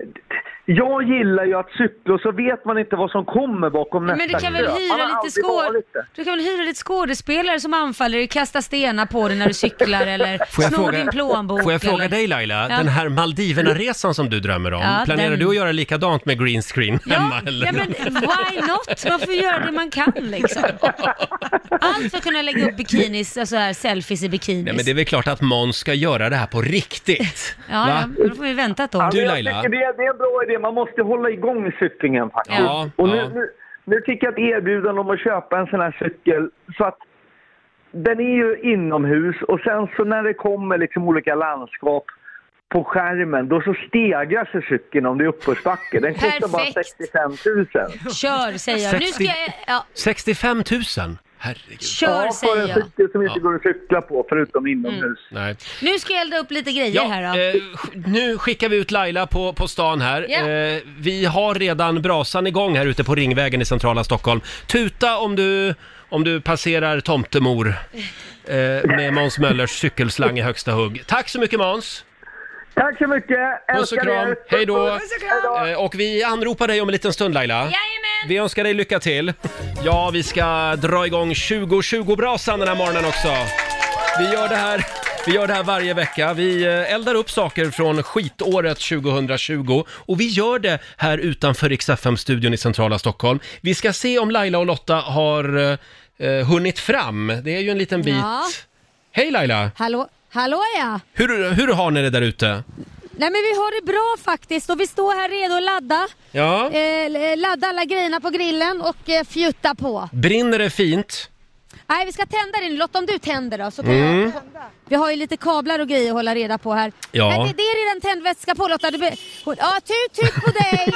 Jag gillar ju att cykla och så vet man inte vad som kommer bakom nästa. Men du kan väl hyra lite skåd... Du kan väl hyra lite skådespelare som anfaller, kasta stenar på dig när du cyklar eller snor din plånbok. Får jag fråga eller... dig Laila, ja. den här Maldiverna-resan som du drömmer om, ja, planerar den... du att göra likadant med green screen hemma? Ja, eller? ja men why not? Man får göra det man kan liksom. Allt för att kunna lägga upp bikinis, alltså här selfies i bikinis. Nej, men det är väl klart att Måns ska göra det här på riktigt. Ja, ja, då får vi vänta ett år. Du Laila. Det, det är en bra idé, man måste hålla igång cyklingen faktiskt. Ja, och nu, ja. nu, nu fick jag ett erbjudande om att köpa en sån här cykel så att den är ju inomhus och sen så när det kommer liksom olika landskap på skärmen då så stegrar sig cykeln om det är uppförsbacke. Den kostar bara sextiofem tusen. Kör säger jag. Nu ska jag ja. sextiofem tusen? Herregud. Kör ja, säger jag. Ja, för en cykel som inte ja. går att cykla på förutom inomhus. Mm. Nej. Nu ska jag elda upp lite grejer ja, här då. Eh, nu skickar vi ut Laila på, på stan här. Ja. Eh, vi har redan brasan igång här ute på Ringvägen i centrala Stockholm. Tuta om du, om du passerar Tomtemor eh, med Måns Möllers cykelslang i högsta hugg. Tack så mycket Måns! Tack så mycket! Puss och kram, hej då! Eh, och vi anropar dig om en liten stund Laila. Jajamän! Vi önskar dig lycka till. Ja, vi ska dra igång tjugo tjugo-brasan den här morgonen också. Vi gör det här, vi gör det här varje vecka. Vi eldar upp saker från skitåret tjugohundratjugo och vi gör det här utanför Rix F M-studion i centrala Stockholm. Vi ska se om Laila och Lotta har eh, hunnit fram. Det är ju en liten bit. Ja. Hej Laila! Hallå, hallå ja! Hur, hur har ni det där ute? Nej men vi har det bra faktiskt och vi står här redo att ladda. Ja. Eh, ladda alla grejerna på grillen och eh, fjutta på. Brinner det fint? Nej, vi ska tända den. Låt om du tänder då så kan Mm. jag tända. Vi har ju lite kablar och grejer att hålla reda på här. Ja. Men det, det är redan tändvätska på Lotta. Du be... Ja, tut tut på dig.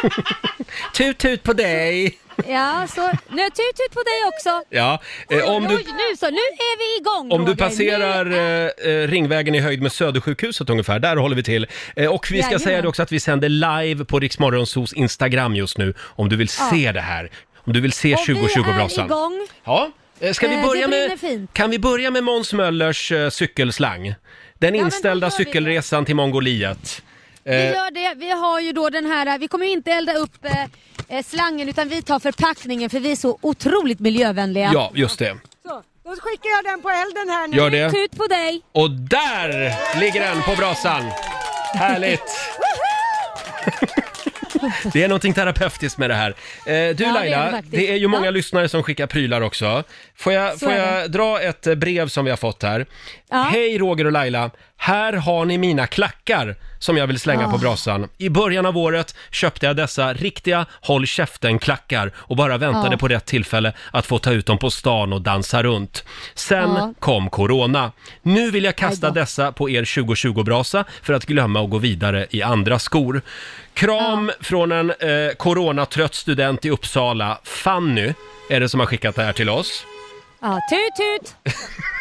Tut tut på dig. Ja, så nu tut tut på dig också. Ja, eh, om du... Oj, nu så, nu är vi igång. Om du Roger. passerar Nu... eh, Ringvägen i höjd med Södersjukhuset ungefär, där håller vi till. Eh, och vi ska Jajamän. säga det också att vi sänder live på Rix Morgonzos Instagram just nu, om du vill Ja. se det här. Om du vill se tjugo tjugo-brasan. Och vi är igång. Ja, eh, ska vi Eh, börja det brinner med... fint. Kan vi börja med Måns Möllers eh, cykelslang? Den Ja, men inställda då gör vi cykelresan till Mongoliet. Vi gör det. Vi har ju då den här, vi kommer ju inte elda upp eh, slangen utan vi tar förpackningen för vi är så otroligt miljövänliga. Ja, just det. Så, då skickar jag den på elden här nu. Gör det. Tut på dig. Och där ligger den på brasan. Härligt. Det är någonting terapeutiskt med det här. Eh, du Ja, det är Laila, det det, faktiskt. är ju många Ja. lyssnare som skickar prylar också. Får jag, Så får är jag dra ett eh, brev som vi har fått här? Ja. Hej Roger och Laila, här har ni mina klackar som jag vill slänga Ah. på brasan. I början av året köpte jag dessa riktiga håll käften-klackar och bara väntade Ah. på rätt tillfälle att få ta ut dem på stan och dansa runt. Sen Ah. kom corona. Nu vill jag kasta Aj då. dessa på er tjugo tjugo-brasa för att glömma och gå vidare i andra skor. Kram från en eh, coronatrött student i Uppsala, Fanny, är det som har skickat det här till oss. Ja, tut tut.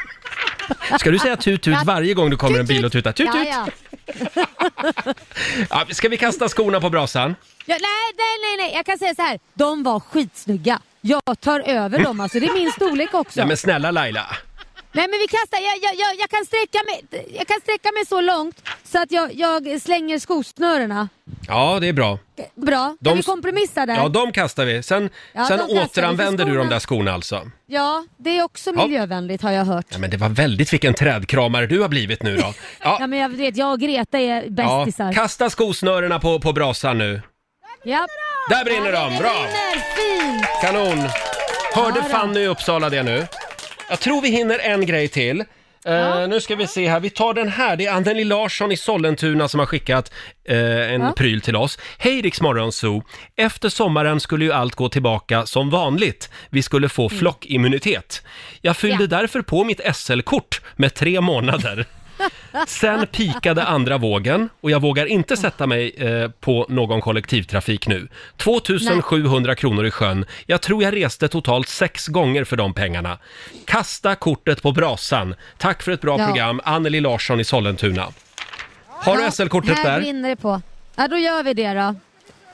Ska du säga tut tut varje gång du kommer en bil och tutar? Tut tut! Ja, ja. Ja, ska vi kasta skorna på brasan? Ja, nej, nej, nej, nej, jag kan säga så här. De var skitsnygga. Jag tar över dem, alltså det är min storlek också. Nej men snälla Laila. Nej men vi kastar, jag, jag, jag, jag, kan sträcka mig, jag kan sträcka mig så långt så att jag, jag slänger skosnörerna. Ja, det är bra. Bra, kan De- vi kompromissa där? Ja, de kastar vi. Sen, Ja, sen de kastar vi, återanvänder för du de skorna- där skorna alltså. Ja, det är också Ja. miljövänligt har jag hört. Ja, men det var väldigt vilken trädkramare du har blivit nu då. Ja, Ja, men jag vet, jag och Greta är ja. bästisar. Kasta skosnörerna på, på brasan nu. Ja. Där brinner Ja, de, det bra! brinner, fint! Kanon! Hörde Ja, då. Fanny i Uppsala det nu? Jag tror vi hinner en grej till. Eh, nu ska vi se här, vi tar den här. Det är Anneli Larsson i Sollentuna som har skickat eh, en Ja. pryl till oss. Hej Rix Morgonzoo. Efter sommaren skulle ju allt gå tillbaka som vanligt. Vi skulle få flockimmunitet. Jag fyllde Ja. därför på mitt S L-kort med tre månader. Sen pikade andra vågen och jag vågar inte sätta mig eh, på någon kollektivtrafik nu. tvåtusensjuhundra kronor i sjön. Jag tror jag reste totalt sex gånger för de pengarna. Kasta kortet på brasan. Tack för ett bra Ja. program. Anneli Larsson i Sollentuna. Har du Ja, S L-kortet här där? brinner det på. Ja, då gör vi det då.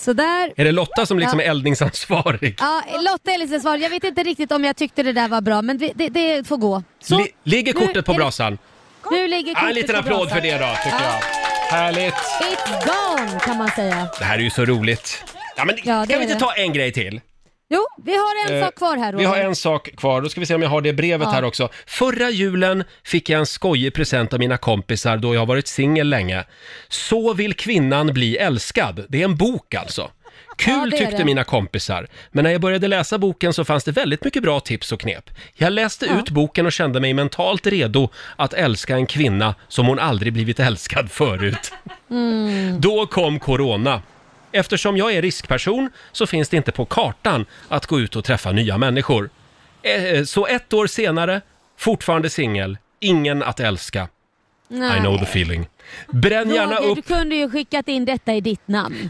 Sådär. Är det Lotta som liksom ja. är eldningsansvarig? Ja, Lotta är eldningsansvarig. Jag vet inte riktigt om jag tyckte det där var bra, men det, det, det får gå. Så, Li- ligger kortet nu, på brasan? Nu ligger kortet ah, en liten på applåd brasan. för det då, tycker ja. jag. Härligt. It's gone, kan man säga. Det här är ju så roligt. Ja, men Ja, det kan vi inte det. ta en grej till? Jo, vi har en Eh, sak kvar här. Vi har Roger. en sak kvar, då ska vi se om jag har det brevet Ja. här också. Förra julen fick jag en skojig present av mina kompisar då jag har varit singel länge. Så vill kvinnan bli älskad. Det är en bok alltså. Kul Ja, det är tyckte det. mina kompisar. Men när jag började läsa boken så fanns det väldigt mycket bra tips och knep. Jag läste Ja. ut boken och kände mig mentalt redo att älska en kvinna som hon aldrig blivit älskad förut. Mm. Då kom corona. Eftersom jag är riskperson så finns det inte på kartan att gå ut och träffa nya människor. Eh, Så ett år senare, fortfarande singel, ingen att älska. Nej. I know the feeling. Bränn gärna Roger, upp... du kunde ju skickat in detta i ditt namn.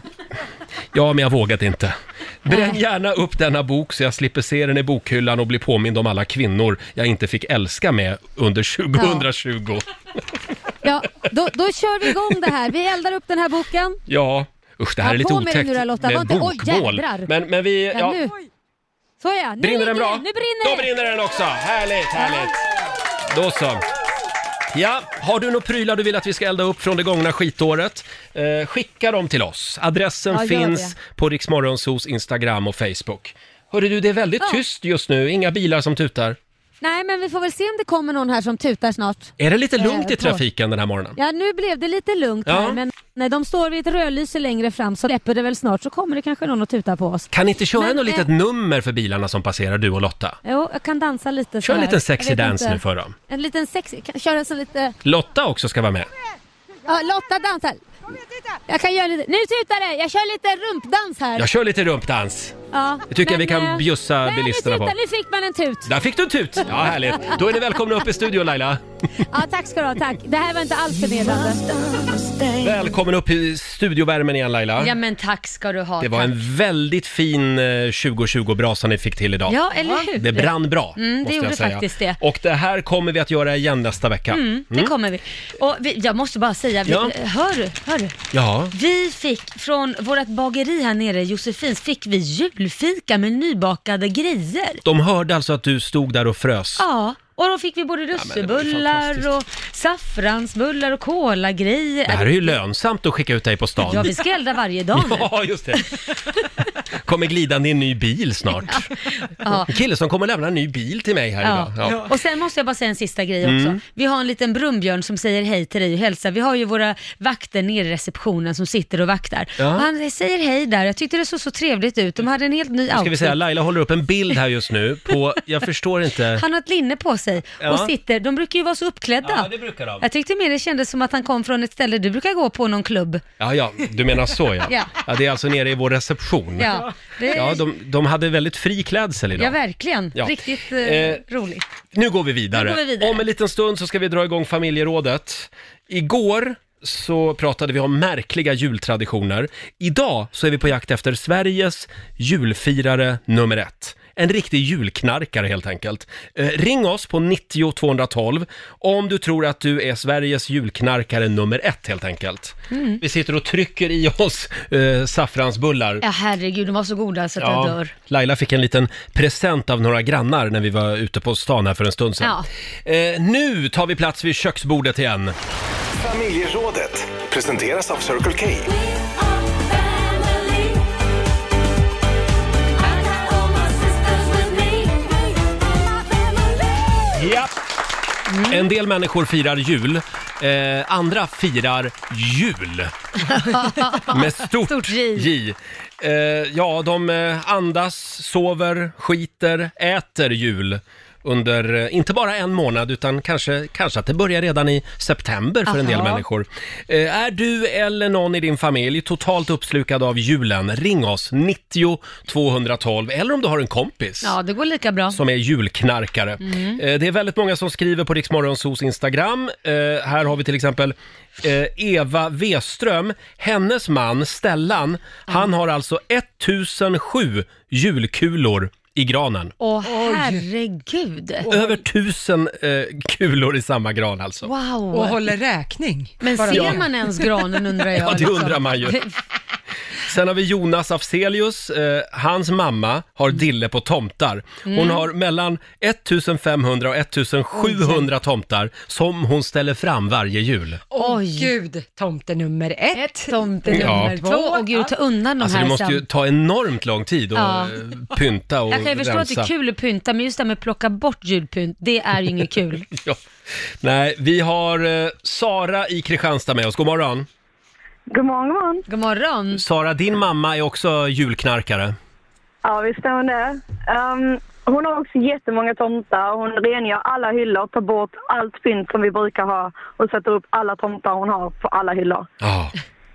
Ja, men jag vågade inte. Bränn Nej. gärna upp denna bok så jag slipper se den i bokhyllan och bli påmind om alla kvinnor jag inte fick älska med under tjugohundratjugo. Ja, då, då kör vi igång det här. Vi eldar upp den här boken. Ja, usch, det här Ja, är lite på med otäckt den nu då, Lotta. med Var inte- oj, bokbål. jädrar. Men, men vi... Ja, Ja, nu. Så ja, nu brinner ligger den bra? Nu brinner Då det. brinner den också. Härligt, härligt. Då så. Ja, har du några prylar du vill att vi ska elda upp från det gångna skitåret? Eh, skicka dem till oss. Adressen Ja, gör finns det. på Rix Morgonzos Instagram och Facebook. Hörru du, det är väldigt Ja. tyst just nu. Inga bilar som tutar. Nej, men vi får väl se om det kommer någon här som tutar snart. Är det lite lugnt Eh, i trafiken den här morgonen? Ja, nu blev det lite lugnt Ja. här, men när de står vid ett rödlyse längre fram så släpper det väl snart, så kommer det kanske någon att tuta på oss. Kan ni inte köra Men, något eh, litet nummer för bilarna som passerar, du och Lotta? Jo, jag kan dansa lite så Kör en här. liten sexy Jag vet dance inte. nu för dem. En liten sexy, kan köra en sån lite... Lotta också ska vara med. Ja, Lotta dansar. Jag kan göra lite... Nu tutar det! Jag kör lite rumpdans här. Jag kör lite rumpdans. Ja. Det tycker jag vi kan eh, bjussa nej, bilisterna nu på. tutar, nu fick man en tut. Där fick du en tut! Ja, härligt. Då är ni välkomna upp i studion, Laila. Ja, tack ska du ha, tack. Det här var inte alls förnedrande. Välkommen upp i studiovärmen igen, Laila. Ja, men tack ska du ha. Det var tack. en väldigt fin eh, tjugo-tjugo-brasa ni fick till idag. Ja, eller hur? Det brann bra, Mm, det måste gjorde jag säga. faktiskt det. Och det här kommer vi att göra igen nästa vecka. Mm, det kommer vi. Och vi, jag måste bara säga, vi, Ja. hör du, hör du? Ja, Vi fick från vårt bageri här nere, Josefins, fick vi julfika med nybakade grejer. de hörde alltså att du stod där och frös. Ja, och då fick vi både men det var ju lussebullar och saffransbullar och kolagrejer. Det här är ju lönsamt att skicka ut dig på stan. Ja, vi ska elda varje dag nu. Ja, just det. Kommer glidande i en ny bil snart. Ja. En kille som kommer lämna en ny bil till mig här Ja. idag. Ja. Och sen måste jag bara säga en sista grej också. Mm. Vi har en liten brunnbjörn som säger hej till dig och hälsar. Vi har ju våra vakter nere i receptionen som sitter och vaktar. Ja. Och han säger hej där. Jag tyckte det såg så trevligt ut. De hade en helt ny Nu ska vi outfit. säga, Laila håller upp en bild här just nu på, jag förstår inte. Han har ett linne på sig Ja. och sitter, de brukar ju vara så uppklädda. Ja, det brukar de. Jag tyckte mer det kändes som att han kom från ett ställe du brukar gå på, någon klubb. Ja, ja, du menar så ja. Ja. Ja, det är alltså nere i vår reception. Ja, det, Ja, de, de hade väldigt fri klädsel idag. ja verkligen. Ja. Riktigt eh, Eh, roligt. Nu går vi vidare. Nu går vi vidare. Om en liten stund så ska vi dra igång familjerådet. Igår så pratade vi om märkliga jultraditioner. Idag så är vi på jakt efter Sveriges julfirare nummer ett. En riktig julknarkare helt enkelt. Eh, ring oss på nittio tvåhundratolv om du tror att du är Sveriges julknarkare nummer ett helt enkelt. Mm. Vi sitter och trycker i oss eh, saffransbullar. Ja herregud, de var så goda så att jag dör. Laila fick en liten present av några grannar när vi var ute på stan här för en stund sedan. Eh, nu tar vi plats vid köksbordet igen. Familjerådet presenteras av Circle K. Ja. En del människor firar jul, eh, andra firar jul. Med stort, Stort J. J. Eh, ja, de eh, andas, sover, skiter, äter jul under, eh, inte bara en månad utan kanske, kanske att det börjar redan i september för en del Aha. människor. Eh, är du eller någon i din familj totalt uppslukad av julen? Ring oss, nittio tvåhundratolv, eller om du har en kompis. Ja, det går lika bra. Som är julknarkare. Mm. Eh, Det är väldigt många som skriver på Rix Morgonzos Instagram. Eh, här har vi till exempel eh, Eva Weström. Hennes man Stellan, han har alltså ettusensju julkulor i granen. Åh herregud. Över tusen eh, kulor i samma gran alltså. Wow. Och håller räkning. Men Bara- ser Ja. man ens granen undrar jag? Ja, det liksom. undrar man ju. Sen har vi Jonas Afzelius. Eh, hans mamma har dille på tomtar. Hon Mm. har mellan femtonhundra och sjuttonhundra tomtar som hon ställer fram varje jul. Åh Oj. gud, tomte nummer ett. Ett tomte Ja. nummer två. Och gud, ta undan de Alltså här det måste ju sen. ta enormt lång tid att Ja. eh, pynta och Jag kan ju förstå att det rensa. är kul att pynta, men just det här med att plocka bort julpynt, det är ju inget kul. Ja. Nej, vi har eh, Sara i Kristianstad med oss. God morgon. God morgon, god morgon. God morgon. Sara, din mamma är också julknarkare. Ja, visst stämmer det. Um, hon har också jättemånga tomtar. Hon rengör alla hyllor, tar bort allt pynt som vi brukar ha och sätter upp alla tomtar hon har på alla hyllor. Ja.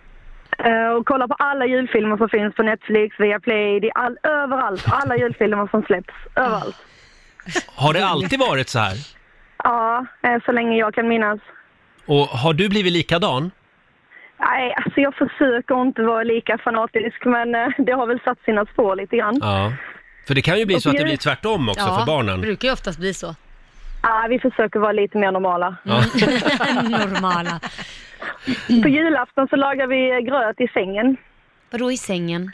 Uh, och kollar på alla julfilmer som finns på Netflix, Viaplay, det är all, överallt. Alla julfilmer som släpps, överallt. Har det alltid varit så här? Ja, eh, så länge jag kan minnas. Och har du blivit likadan? Nej, alltså jag försöker inte vara lika fanatisk, men eh, det har väl satt sina spår lite grann. Ja. För det kan ju bli så att det Och- blir tvärtom också för barnen. det brukar ju oftast bli så. Ja, vi försöker vara lite mer normala. Ja. Normala. På julafton så lagar vi gröt i sängen. Vadå i sängen?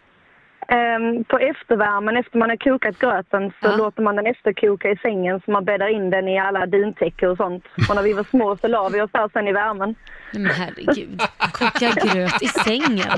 Ehm, på eftervärmen, efter man har kokat gröten, så Ja. låter man den efterkoka i sängen, så man bäddar in den i alla dyntäcker och sånt. Och när vi var små så la vi oss där sen i värmen. Nej men herregud, koka gröt i sängen.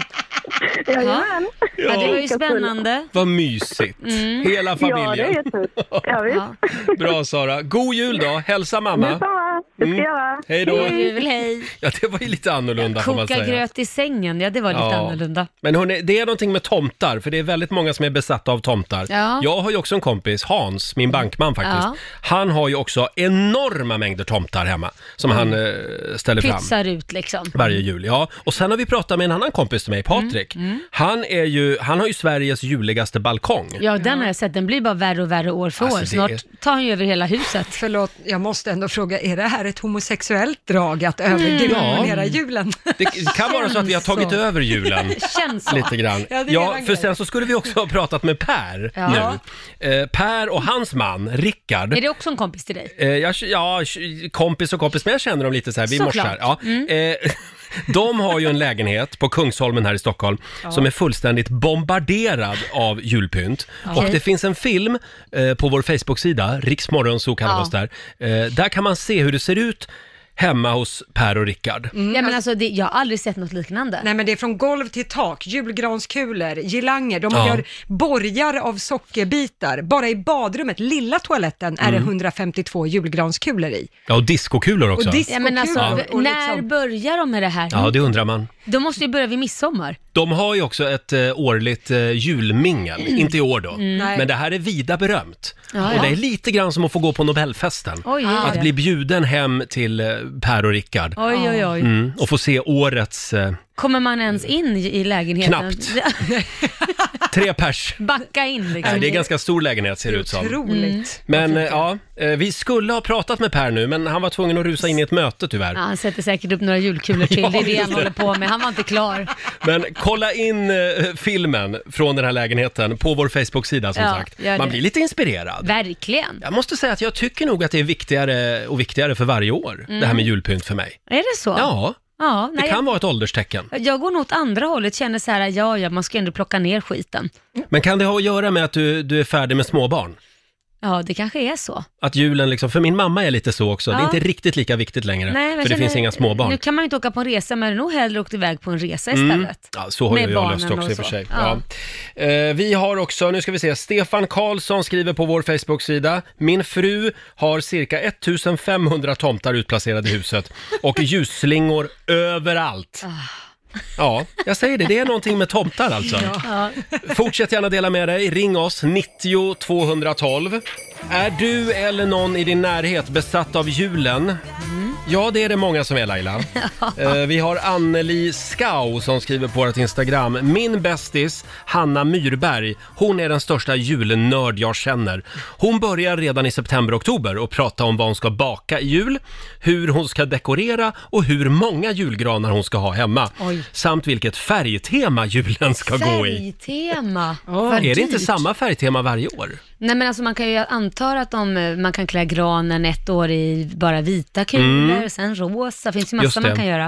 Jajamän. Ja, det var ju spännande. Vad mysigt. Mm. Hela Ja, det är familjen. jätteroligt. Ja, visst. Ja. Bra Sara. God jul då. Hälsa mamma. Detsamma. Det ska Mm. jag göra. Hej då. God jul, hej. Ja, det var ju lite annorlunda får man Koka säga. gröt i sängen, ja det var lite Ja. annorlunda. Men hörni, det är någonting med tomtar, för det är väldigt många som är besatta av tomtar. Ja. Jag har ju också en kompis, Hans, min bankman faktiskt. Ja. Han har ju också enorma mängder tomtar hemma som han eh, ställer fram. Pytsar ut liksom. Varje jul, ja. Och sen har vi pratat med en annan kompis till mig, Patrik. Mm, Han, är ju, han har ju Sveriges juligaste balkong. Ja, den har jag sett. Den blir bara värre och värre år för Alltså, år. det Snart är- tar han ju över hela huset. Förlåt, jag måste ändå fråga, är det här ett homosexuellt drag att överdimensionera Ja. julen? Det kan vara så att vi har tagit så. över julen. Känns så. Lite grann. Ja, det är Ja, en för grej. sen så skulle vi också ha pratat med Per Ja. nu. Eh, Per och hans man, Rickard. Är det också en kompis till dig? Eh, jag, ja, kompis och kompis, men jag känner dem lite så här, vi Såklart. morsar. Ja. Mm. Eh, de har ju en lägenhet på Kungsholmen här i Stockholm som är fullständigt bombarderad av julpynt. Och Okej. det finns en film eh, på vår Facebook-sida, Riksmorgon så kallar Ja. oss där. Eh, där kan man se hur det ser ut hemma hos Per och Rickard. Ja, men alltså, det, jag har aldrig sett något liknande. Nej, men det är från golv till tak, julgranskulor, girlanger, de Ja. gör borgar av sockerbitar. Bara i badrummet, lilla toaletten, är det hundrafemtiotvå julgranskulor i. Ja, och diskokulor också. Och dis- Ja, men alltså, Ja. Och när liksom- börjar de med det här? Ja, det undrar man. De måste ju börja vid midsommar. De har ju också ett eh, årligt eh, julmingel, inte i år då. Nej. Men det här är vida berömt. Ja, och ja. det är lite grann som att få gå på Nobelfesten. Oj, oj, Att oj. bli bjuden hem till eh, Per och Rickard. Oj, oj, oj. Mm, och få se årets eh, Kommer man ens in i i lägenheten? Knappt. tre pers. Backa in liksom. Nej, det är en ganska stor lägenhet ser det ut som. Otroligt. Men eh, ja, eh, vi skulle ha pratat med Per nu, men han var tvungen att rusa in i ett möte tyvärr. Ja, han sätter säkert upp några julkulor till, Ja, det är det just han det. håller på med. Han var inte klar. Men kolla in eh, filmen från den här lägenheten på vår Facebook-sida som Ja, sagt. gör Man det. blir lite inspirerad. Verkligen. Jag måste säga att jag tycker nog att det är viktigare och viktigare för varje år, det här med julpynt för mig. Är det så? Ja, Ja, det nej, kan vara ett ålderstecken. jag, jag går nog åt andra hållet, känner så här, ja, ja, man ska ändå plocka ner skiten. Men kan det ha att göra med att du, du är färdig med småbarn? Ja, det kanske är så. Att julen liksom, för min mamma är lite så också, det är Ja. inte riktigt lika viktigt längre, Nej, men för jag det känner- finns inga småbarn. Nu kan man ju inte åka på en resa, men nog hellre åkt iväg på en resa istället. Mm. Ja, så har Med ju jag barnen löst också och i och för så. sig. Ja. Ja. Eh, vi har också, nu ska vi se, Stefan Karlsson skriver på vår Facebook-sida: min fru har cirka femtonhundra tomtar utplacerade i huset och ljusslingor överallt. Ah. Ja, jag säger det, det är någonting med tomtar alltså. Ja. Fortsätt gärna dela med dig, ring oss, nittio tvåhundratolv. Är du eller någon i din närhet besatt av julen? Mm. Ja, det är det många som är, Laila. Eh, vi har Anneli Skau som skriver på vårt Instagram: min bästis Hanna Myrberg, hon är den största julnörd jag känner. Hon börjar redan i september-oktober och prata om vad hon ska baka i jul, hur hon ska dekorera och hur många julgranar hon ska ha hemma. Oj. Samt vilket färgtema julen ska gå i. Färgtema. Vad Är det inte dyrt. samma färgtema varje år? Nej, men alltså man kan ju anta att de, man kan klä granen ett år i bara vita kulor, sen rosa, finns ju Mm. Just massa det. man kan göra.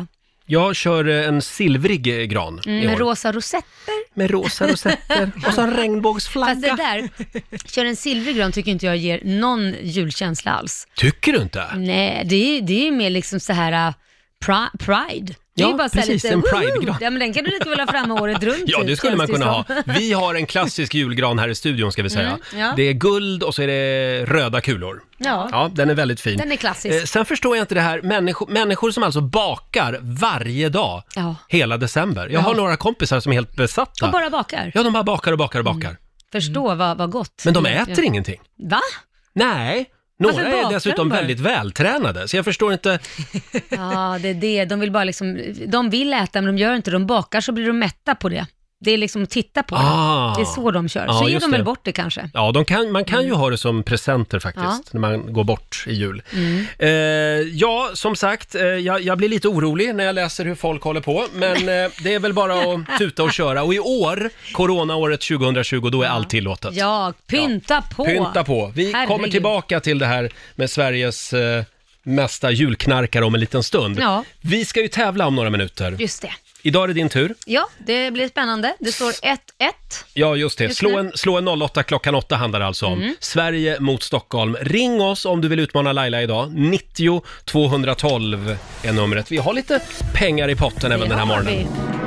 Jag kör eh, en silvrig eh, gran Mm, i med år. rosa rosetter. Med rosa rosetter och så en regnbågsflagga. Fast det där, kör en silvrig gran tycker inte jag ger någon julkänsla alls. Tycker du inte? Nej, det är, det är ju mer liksom så här uh, pri- pride. Det är Ja, ju bara så här precis, lite, en woho! Pride-gran. Ja, men den kan du lika väl ha framme året runt. Ja, det typ, skulle man känns det kunna ha. som. Vi har en klassisk julgran här i studion ska vi säga. Mm, ja. Det är guld och så är det röda kulor. Ja. Ja, den är väldigt fin. Den är klassisk. Eh, sen förstår jag inte det här, människor, människor som alltså bakar varje dag Ja. hela december. Jag Ja. har några kompisar som är helt besatta. Och bara bakar. Ja, de bara bakar och bakar och bakar. Förstå vad, vad gott. Men de Mm, äter ja. ingenting. Va? Nej, några Varför är bakar dessutom de bara? väldigt vältränade. Så jag förstår inte. Ja, det är det. De vill bara liksom, de vill äta men de gör inte. De bakar så blir de mätta på det. Det är liksom att titta på Ah. det. Det är så de kör. Ja, Så ger just de väl det. bort det kanske. Ja, de kan, man kan ju ha det som presenter faktiskt, Ja. när man går bort i jul. Mm. Eh, ja, som sagt, eh, jag, jag blir lite orolig när jag läser hur folk håller på, men eh, det är väl bara att tuta och köra. Och i år, coronaåret tjugohundratjugo, då är allt tillåtet. Ja, pynta på. Pynta på. Vi Herregud. kommer tillbaka till det här med Sveriges eh, mesta julknarkare om en liten stund. Ja. Vi ska ju tävla om några minuter. Just det. Idag är det din tur. Ja, det blir spännande. Det står ett ett. Ja, just det. Just Slå nu. en, slå en noll åtta klockan åtta handlar det alltså om. Mm. Sverige mot Stockholm. Ring oss om du vill utmana Laila idag. nittio tvåhundratolv är numret. Vi har lite pengar i potten även den här morgonen.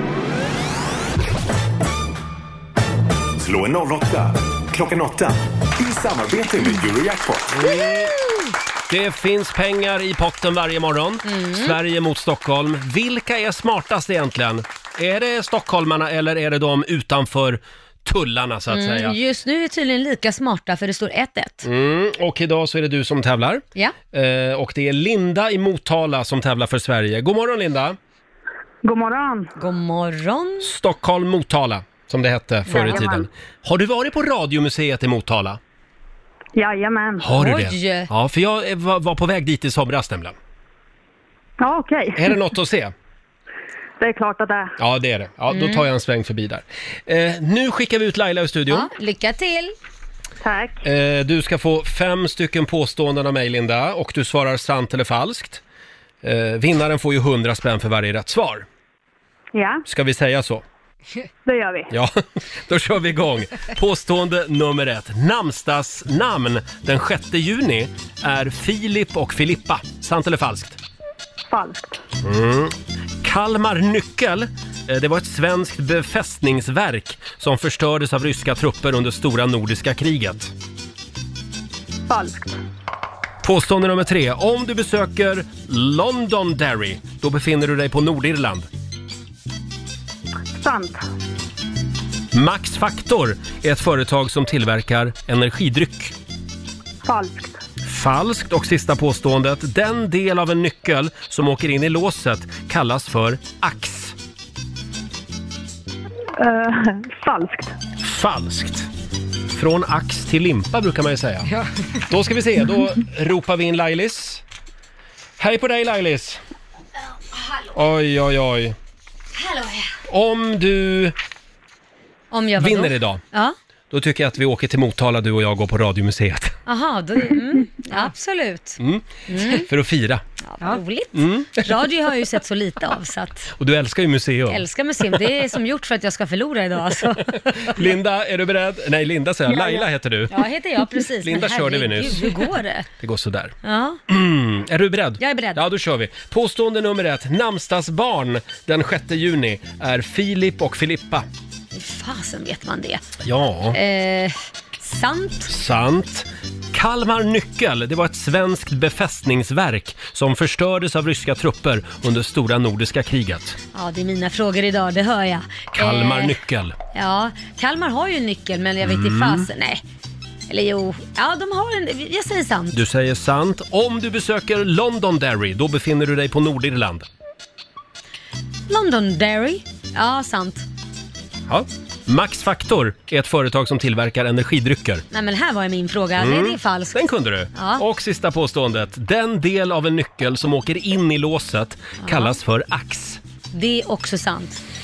Slå en noll åtta klockan åtta i samarbete med Eurojackpot. Det finns pengar i potten varje morgon. Mm. Sverige mot Stockholm. Vilka är smartast egentligen? Är det stockholmarna eller är det de utanför tullarna så att Mm, säga? just nu är vi tydligen lika smarta för det står ett ett. Mm, och idag så är det du som tävlar. Ja. Eh, och det är Linda i Motala som tävlar för Sverige. God morgon Linda! God morgon. God morgon. Stockholm Motala som det hette förr i Jajamän. tiden. Har du varit på Radiomuseet i Motala? Jajamän. Har du Oj. det? Ja, för jag eh, var, var på väg dit i somras nämligen. Ja, okej. Är det något att se? Det är klart att det är. Ja, det är det. Ja, då tar jag en sväng förbi där. Eh, nu skickar vi ut Laila i studion. Ja, lycka till. Tack. Eh, du ska få fem stycken påståenden av mig, Linda, och du svarar sant eller falskt. Eh, vinnaren får ju hundra spänn för varje rätt svar. Ja, Ska vi säga så? det gör vi. Ja, då kör vi igång. Påstående nummer ett. Namnsdagsnamn den sjätte juni är Filip och Filippa. Sant eller falskt? Falskt. Mm. Kalmar nyckel, eh, det var ett svenskt befästningsverk som förstördes av ryska trupper under stora nordiska kriget. Falskt. Påstående nummer tre. Om du besöker Londonderry, då befinner du dig på Nordirland. Sant. Max Factor är ett företag som tillverkar energidryck. Falskt. Falskt. Och sista påståendet. Den del av en nyckel som åker in i låset kallas för ax. Uh, falskt. Falskt. Från ax till limpa brukar man ju säga. Ja. Då ska vi se, då ropar vi in Lailis. Hej på dig Lailis. Hallå. Oj, oj, oj. Hallå. Om du Om jag vadå? vinner idag, Ja. då tycker jag att vi åker till Motala, du och jag går på Radiomuseet. Aha, då, mm, absolut. Mm. Mm. För att fira. Ja, roligt. Mm. Radio har jag ju sett så lite av så att Och du älskar ju museum. jag älskar museum. Det är som gjort för att jag ska förlora idag alltså. Linda, är du beredd? Nej, Linda säger jag. Ja, Laila ja. heter du. Ja, heter jag precis. Linda Men körde vi herregud, nyss. hur går det? Det går sådär. Ja. Mm. Är du beredd? Jag är beredd. Ja, då kör vi. Påstående nummer ett. Namnsdagsbarn den sjätte juni är Filip och Filippa. Hur fasen vet man det? Ja, Eh, sant. sant. Kalmar nyckel, det var ett svenskt befästningsverk som förstördes av ryska trupper under stora nordiska kriget. Ja, det är mina frågor idag, det hör jag. Kalmar Eh, nyckel. Ja, Kalmar har ju en nyckel men jag vet inte Mm. fasen. Nej. Eller jo, ja de har en, jag säger sant. Du säger sant. Om du besöker Londonderry, då befinner du dig på Nordirland. Londonderry. Ja, sant. Ja. Max Factor är ett företag som tillverkar energidrycker. Nej men här var ju min fråga. Mm. Nej, det är falskt. Den kunde du. Ja. Och sista påståendet. Den del av en nyckel som åker in i låset kallas för ax. Det är också sant.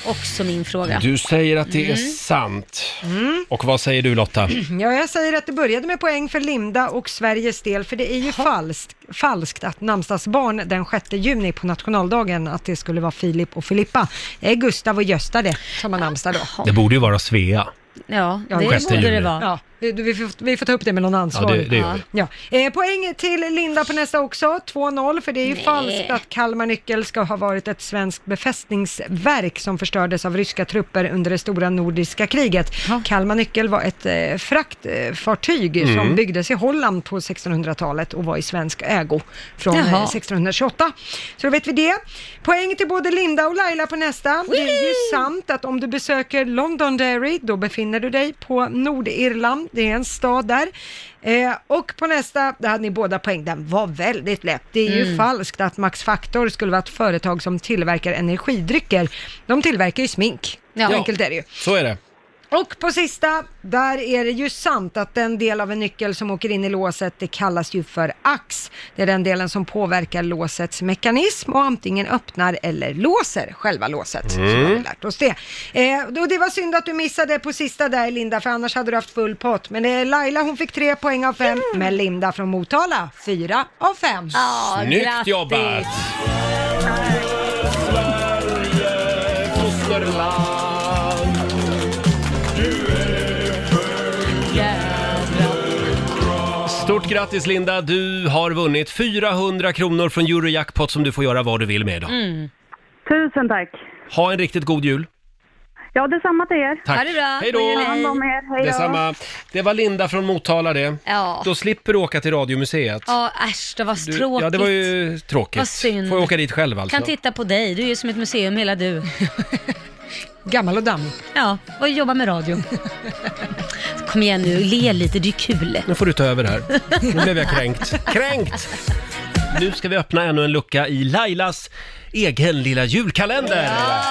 också min fråga. Du säger att det är Mm. sant. Mm. Och vad säger du, Lotta? Ja, jag säger att det började med poäng för Linda och Sveriges del, för det är ju falskt, falskt att namnsdagsbarn den sjätte juni på nationaldagen, att det skulle vara Filip och Filippa. Det är Gustav och Gösta det som har namnsdag då. Det borde ju vara Svea. Ja, det sjätte borde juni. det vara. Ja, vi, vi, får, vi får ta upp det med någon ansvarig. Ja, det- det gör vi. Ja. Eh, poäng till Linda på nästa också, två noll, för det är ju Nej. falskt att Kalmar nyckel ska ha varit ett svenskt befästningsverk som förstördes av ryska trupper under det stora nordiska kriget. Kalmar nyckel var ett eh, fraktfartyg Mm. som byggdes i Holland på sextonhundratalet och var i svensk ägo från eh, Jaha. sextonhundratjugoåtta. Så då vet vi det. Poäng till både Linda och Laila på nästa. Det är ju sant att om du besöker Londonderry, då befinner du dig på Nordirland. Det är en stad där. Eh, och på nästa, där hade ni båda poäng. Den var väldigt lätt. Det är ju Mm. falskt att Max Factor skulle vara ett företag som tillverkar energidrycker. De tillverkar ju smink. Ja. Enkelt är det ju. Så är det. Och på sista, där är det ju sant att den del av en nyckel som åker in i låset, det kallas ju för ax. Det är den delen som påverkar låsets mekanism och antingen öppnar eller låser själva låset. Mm. Så har vi lärt oss det. Eh, och det var synd att du missade på sista där, Linda, för annars hade du haft full pott. Men eh, Laila, hon fick tre poäng av fem, men Linda från Motala, fyra av fem. Ja, Snyggt grattis. Jobbat! Stort grattis, Linda, du har vunnit fyrahundra kronor från Eurojackpot som du får göra vad du vill med idag. Mm. Tusen tack. Ha en riktigt god jul. Ja, detsamma till er. Tack. Ha det bra. Hej då. Ta hand om er. Hej då. Detsamma. Det var Linda från Motala det. Ja. Då slipper du åka till Radiomuseet. Ja, äsch, det var Du, tråkigt. ja, det var ju tråkigt. Vad synd. Får jag åka dit själv alltså. Kan titta på dig, du är ju som ett museum hela du. Gammal och dammig. Ja, och jobba med radio. Kom igen nu, le lite, det är kul. Nu får du ta över här. Nu blev jag kränkt. Kränkt! Nu ska vi öppna ännu en lucka i Lailas egen lilla julkalender.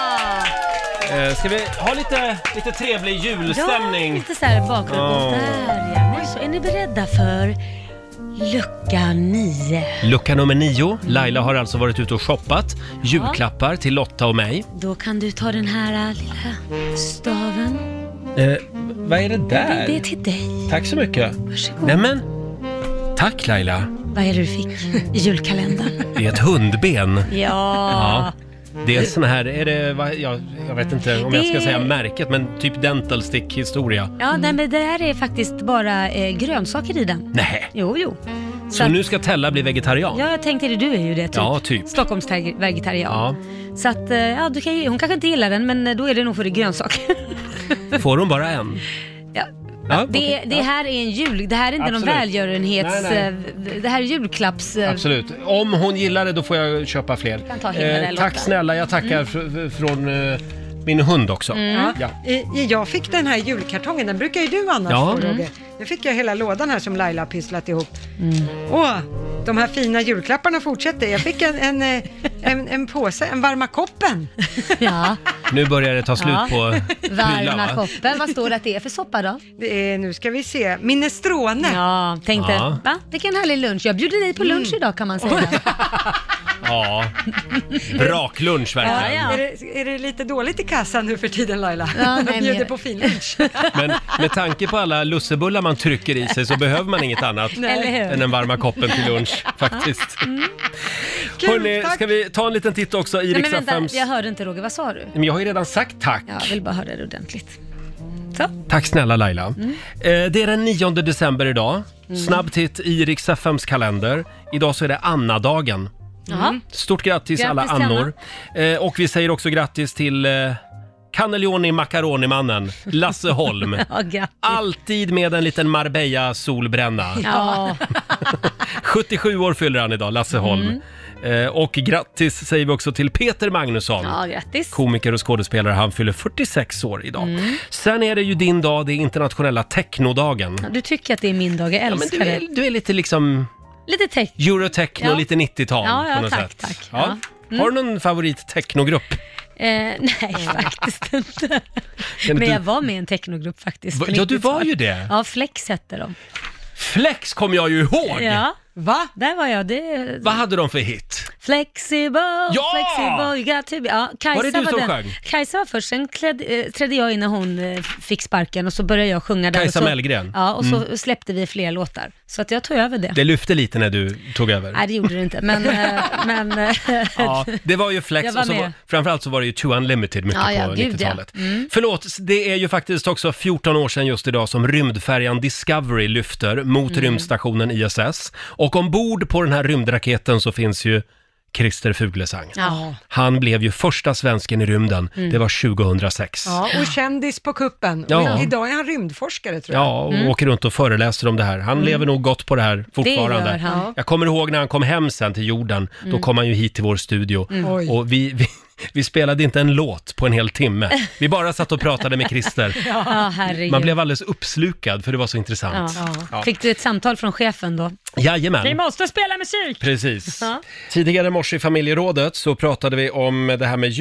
Eh, Ska vi ha lite, lite trevlig julstämning? Ja, lite så här bakgrund. Ja. Och där ja. Men så är ni beredda för lucka nio. Lucka nummer nio. Laila har alltså varit ute och shoppat julklappar till Lotta och mig. Då kan du ta den här lilla staven. Eh, vad är det där? Det är till dig. Tack så mycket. Varsågod. Nämen, tack Laila. Vad är det du fick i julkalendern? Det är ett hundben. Ja. Ja. Det är sån här, är det, vad- jag, jag vet inte om jag ska Det- säga märket, men typ dental stick historia. Ja, nej, men det här är faktiskt bara eh, grönsaker i den. Nej. Jo, jo. Så att- nu ska Tella bli vegetarian? Ja, jag tänkte det, du är ju det typ. Ja, typ. Stockholms tag- vegetarian. Ja. Så att, eh, ja, du kan, ju- hon kanske inte gillar den, men eh, då är det nog för det grönsaker. Får hon bara en? Ja. Ja, Det, okej. det här är en jul, det här är inte någon Absolut. välgörenhets... Nej, eh, Det här är julklapps... eh, Absolut. Om hon gillar det, då får jag köpa fler. kan ta hela det, tack Lotta. snälla, jag tackar Mm. fr- fr- från eh, min hund också. Ja. Ja. I- Jag fick den här julkartongen, den brukar ju du annars Ja. få, Roger. Mm. Nu fick jag hela lådan här som Laila har pysslat ihop. Åh, de här fina julklapparna fortsätter. Jag fick en, en, eh, en, en påse, en varma koppen. Ja. Nu börjar det ta slut Ja. på prylar, Varma va? koppen, vad står det att det är för soppa då? Det är, nu ska vi se, minestrone. Ja, tänkte, Ja. va? Vilken härlig lunch. Jag bjuder dig på lunch idag kan man säga. Ja, braklunch verkligen. Ja, ja. Är, det, är det lite dåligt i kassan nu för tiden, Laila? Ja, nej, Man men bjuder jag- på finlunch. Men med tanke på alla lussebullar man trycker i sig så behöver man inget annat Eller hur? än den varma koppen till lunch faktiskt. Kul, Hörrni, tack. ska vi ta en liten titt också i Nej, men Rix vänta, F M:s... jag hörde inte Roger, vad sa du? Men jag har ju redan sagt tack. Jag vill bara höra det ordentligt. Så. Tack snälla Laila. Mm. Eh, det är den nionde december idag. Snabb titt i Rix F M:s kalender. Idag så är det Anna-dagen. Jaha. Stort grattis, Grattis alla till Annor. Eh, och vi säger också grattis till eh, Cannelloni Macaroni-mannen Lasse Holm. Ja, grattis. Alltid med en liten Marbella-solbränna. Ja. sjuttiosju år fyller han idag, Lasse Holm. Eh, och grattis säger vi också till Peter Magnusson. Ja, grattis. Komiker och skådespelare, han fyller fyrtiosex år idag. Mm. Sen är det ju din dag, det är internationella technodagen. Du tycker att det är min dag, jag Ja, men älskar du, det. är, du är lite liksom Lite tech. Eurotechno, Ja. lite nittiotal Ja, ja, på något tack, sätt. tack. Ja. Ja. Mm. Har du någon favorit technogrupp? Eh, nej, faktiskt inte. Kan Men du- jag var med i en technogrupp faktiskt. Va- på ja, du var nittiotalet. ju det. Ja, Flex hette de. Flex kommer jag ju ihåg! Ja, Va? där var jag. Det... Vad hade de för hit? Flexible, Ja! flexible, you got to be. Ja, Kajsa Var det du var som den. sjöng? Kajsa var först, sen kläd, eh, trädde jag in när hon eh, fick sparken och så började jag sjunga där. Kajsa och så, Mellgren. Ja, och så Mm. släppte vi fler låtar. Så att jag tog över det. Det lyfte lite när du tog över. Nej, det gjorde det inte, men... eh, men eh, Ja, det var ju Flex Jag var och så med. var, framförallt så var det ju Too Unlimited mycket Ja, ja, på gud, nittiotalet. ja. Mm. Förlåt, det är ju faktiskt också fjorton år sedan just idag som rymdfärjan Discovery lyfter mot Mm. rymdstationen I S S. Och ombord på den här rymdraketen så finns ju Christer Fuglesang. ja. Han blev ju första svensken i rymden, Mm. det var tjugohundrasex. Ja, och kändis på kuppen. Ja. Och idag är han rymdforskare tror jag. Ja, och Mm. åker runt och föreläser om det här. Han lever nog gott på det här fortfarande. gör han. Jag kommer ihåg när han kom hem sen till jorden, då Mm. kom han ju hit till vår studio. Mm. Oj. Och vi, vi, vi spelade inte en låt på en hel timme. Vi bara satt och pratade med Christer. Ja, herregud. Man blev alldeles uppslukad för det var så intressant. Ja. Ja. Fick du ett samtal från chefen då? Vi Jajamän. måste spela musik! Precis. Ja. Tidigare i morse i familjerådet så pratade vi om det här med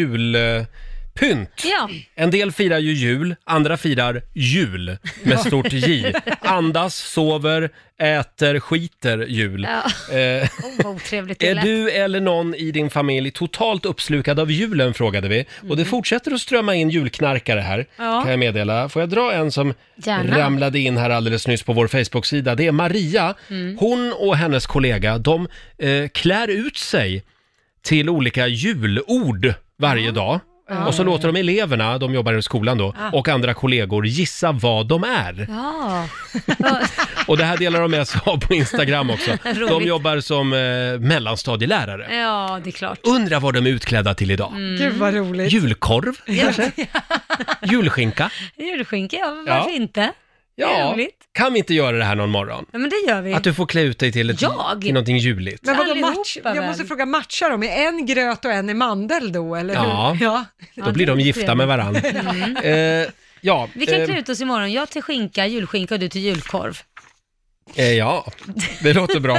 julpynt. Ja. En del firar ju jul, andra firar jul med stort J. Andas, sover, äter, skiter jul. Ja. Eh, Oh, vad otrevligt det är lät. du eller någon i din familj totalt uppslukad av julen, frågade vi. Och det fortsätter att strömma in julknarkare här, Ja. kan jag meddela. Får jag dra en som Gärna. ramlade in här alldeles nyss på vår Facebook-sida? Det är Maria. Mm. Hon och hennes kollega, de eh, klär ut sig till olika julord varje dag. Ja. Och så låter de eleverna, de jobbar i skolan då, Ah. och andra kollegor gissa vad de är. Ja. Och det här delar de med sig av på Instagram också. De Roligt. jobbar som eh, mellanstadielärare. Ja, det är klart. Undrar vad de är utklädda till idag. Mm. Gud vad roligt. Julkorv kanske? Julskinka? Julskinka, ja, varför Ja. inte? Det är Ja, roligt. kan vi inte göra det här någon morgon? Ja, men det gör vi. Att du får klä ut dig till, ett, Jag? till någonting juligt. Men vadå Allihopa match? väl? Jag måste fråga, matchar de? Är en gröt och en är mandel då, eller Ja. hur? Ja. Då blir de gifta med varandra. Mm. Eh, ja, Vi kan eh, klä ut oss imorgon. Jag till skinka, julskinka och du till julkorv. eh, ja, det låter bra.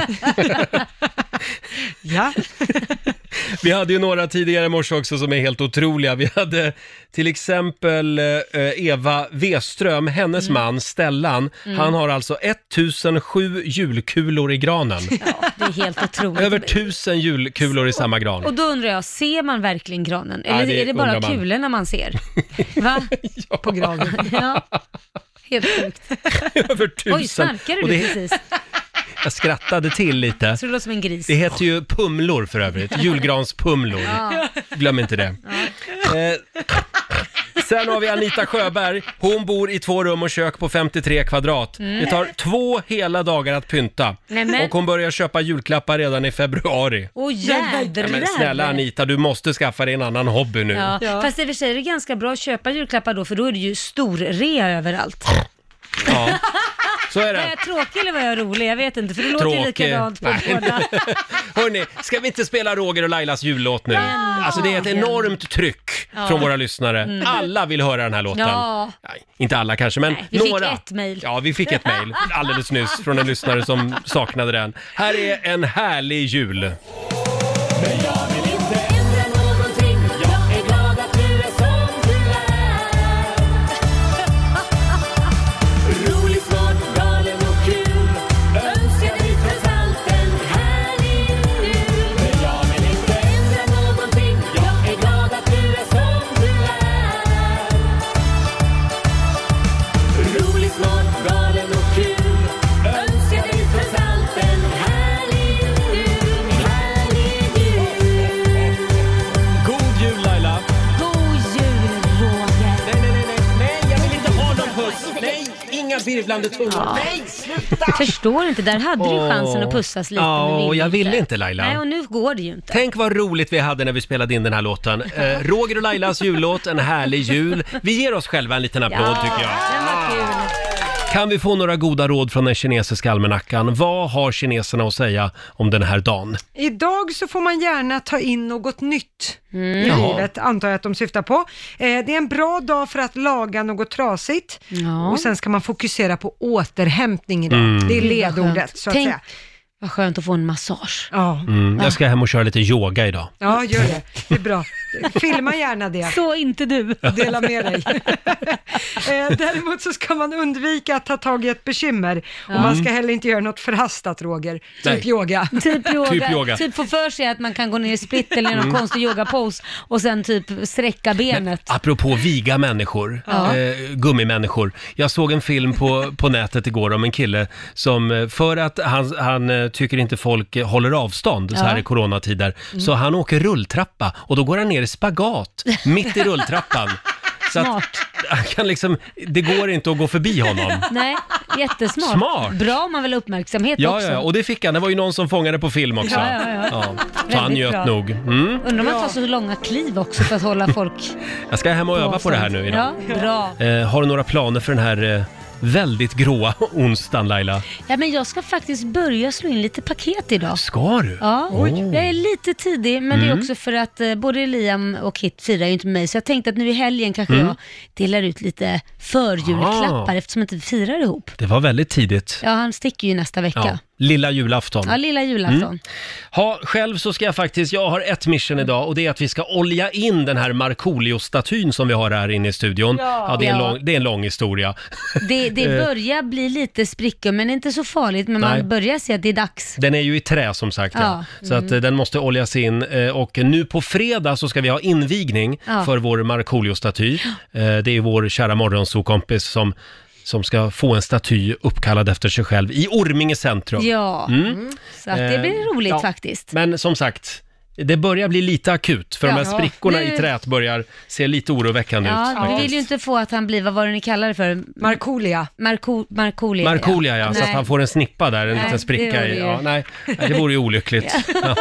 Ja. Vi hade ju några tidigare i morse också som är helt otroliga. Vi hade till exempel eh, Eva Weström, hennes man Stellan. Mm. Han har alltså ettusensju julkulor i granen. Ja, det är helt otroligt. Över tusen julkulor i samma gran. Och då undrar jag, ser man verkligen granen? Ja, Eller det är det bara undrar man. kulorna man ser? Va? På graven. Ja, helt sjukt. Över tusen. Oj, snarkade Och du det, precis? jag skrattade till lite. Så det låter som en gris. Det heter ju pumlor för övrigt. Julgranspumlor. Ja. Glöm inte det. Eh, sen har vi Anita Sjöberg. Hon bor i två rum och kök på femtiotre kvadrat. Mm. Det tar två hela dagar att pynta. Nämen. Och hon börjar köpa julklappar redan i februari. Åh jädrar. Ja, men snälla Anita, du måste skaffa dig en annan hobby nu. Ja. Ja. Fast i och för sig är det ganska bra att köpa julklappar då, för då är det ju stor rea överallt. Ja. Så är Var det. jag tråkig eller var jag rolig? Jag vet inte, för det låter ju Tråkig. likadant på Nej. båda. Hörrni, ska vi inte spela Roger och Lailas jullåt nu? Ja. Alltså det är ett enormt tryck Ja. från våra lyssnare. Alla vill höra den här låten. Ja. Nej, inte alla kanske, men Nej, vi fick några. ett mejl. Ja, vi fick ett mejl alldeles nyss från en lyssnare som saknade den. Här är En härlig jul. God jul Laila! God jul, Roger! Nej, nej, nej, nej, nej, jag vill inte ha någon puss! Nej, inga virvlande tungor! Ja. Nej, sluta! Förstår inte, där hade du Åh. chansen att pussas lite. Ja, men ville jag ville inte, Laila. Nej, och nu går det ju inte. Tänk vad roligt vi hade när vi spelade in den här låten. Eh, Roger och Lailas jullåt, En härlig jul. Vi ger oss själva en liten applåd tycker jag. Den var kul. Kan vi få några goda råd från den kinesiska almanackan? Vad har kineserna att säga om den här dagen? Idag så får man gärna ta in något nytt i Jaha. livet, antar jag att de syftar på. Eh, det är en bra dag för att laga något trasigt Ja. och sen ska man fokusera på återhämtning idag. Mm. Det är Vad ledordet skönt. så att Tänk- säga. Vad skönt att få en massage. Ja. Mm, jag ska hem och köra lite yoga idag. ja, gör det. Det är bra. filma gärna det. Så inte du. Dela med dig. eh, däremot så ska man undvika att ta tag i ett bekymmer. Ja. Och man ska heller inte göra något förhastat, Roger. Typ Nej. yoga. Typ yoga. Typ yoga. Typ få för sig att man kan gå ner i split eller någon Mm. konstig yogapose och sen typ sträcka benet. Men, apropå viga människor, Ja. eh, gummimänniskor. Jag såg en film på, på nätet igår om en kille som, eh, för att han, han eh, tycker inte folk eh, håller avstånd så här Ja. i coronatider, Mm. så han åker rulltrappa och då går han ner i spagat mitt i rulltrappan. Så att han kan liksom, det går inte att gå förbi honom. Nej, jättesmart. Smart. Bra om man vill ha uppmärksamhet Ja, också. ja, och det fick han. Det var ju någon som fångade på film också. Ja, ja, ja. Så Väldigt han njöt bra. nog. Mm. Undrar om man tar så långa kliv också för att hålla folk... Jag ska hem och öva på det här nu idag. Ja, bra. Eh, har du några planer för den här eh, väldigt gråa onsdagen, Laila? Ja, men jag ska faktiskt börja slå in lite paket idag. Ska du? Ja, Oj. jag är lite tidig, men det är Mm. också för att eh, både Liam och Kit firar ju inte med mig, så jag tänkte att nu i helgen kanske Mm. jag delar ut lite förjulklappar Ah. eftersom inte vi firar ihop. Det var väldigt tidigt. Ja, han sticker ju nästa vecka. Ja, lilla julafton. Ja, lilla julafton. Mm. Ha, själv så ska jag faktiskt, jag har ett mission idag och det är att vi ska olja in den här Markoolio-statyn som vi har här inne i studion. Ja. det, är en Ja. lång, det är en lång historia. Det, det Eh, börjar bli lite sprickor, men inte så farligt, men Nej. man börjar se att det är dags. Den är ju i trä som sagt, ja. Ja. Så att Mm. eh, den måste oljas in eh, och nu på fredag så ska vi ha invigning Ja. för vår Markoolio-staty. Eh, Det är vår kära morgonsokompis som som ska få en staty uppkallad efter sig själv i Orminge centrum. Ja, Mm. så att det Eh, blir roligt ja. faktiskt. Men som sagt, det börjar bli lite akut för de här Ja. sprickorna Nu- i träet börjar se lite oroväckande ut. Ja, vi faktiskt. vill ju inte få att han blir, vad var det ni kallade det för? Markolia. Marko, Markolia. Markolia, ja, så Nej. att han får en snippa där, en Nej, liten det spricka vore i. ju- Ja, nej, nej, det vore ju olyckligt. Ja.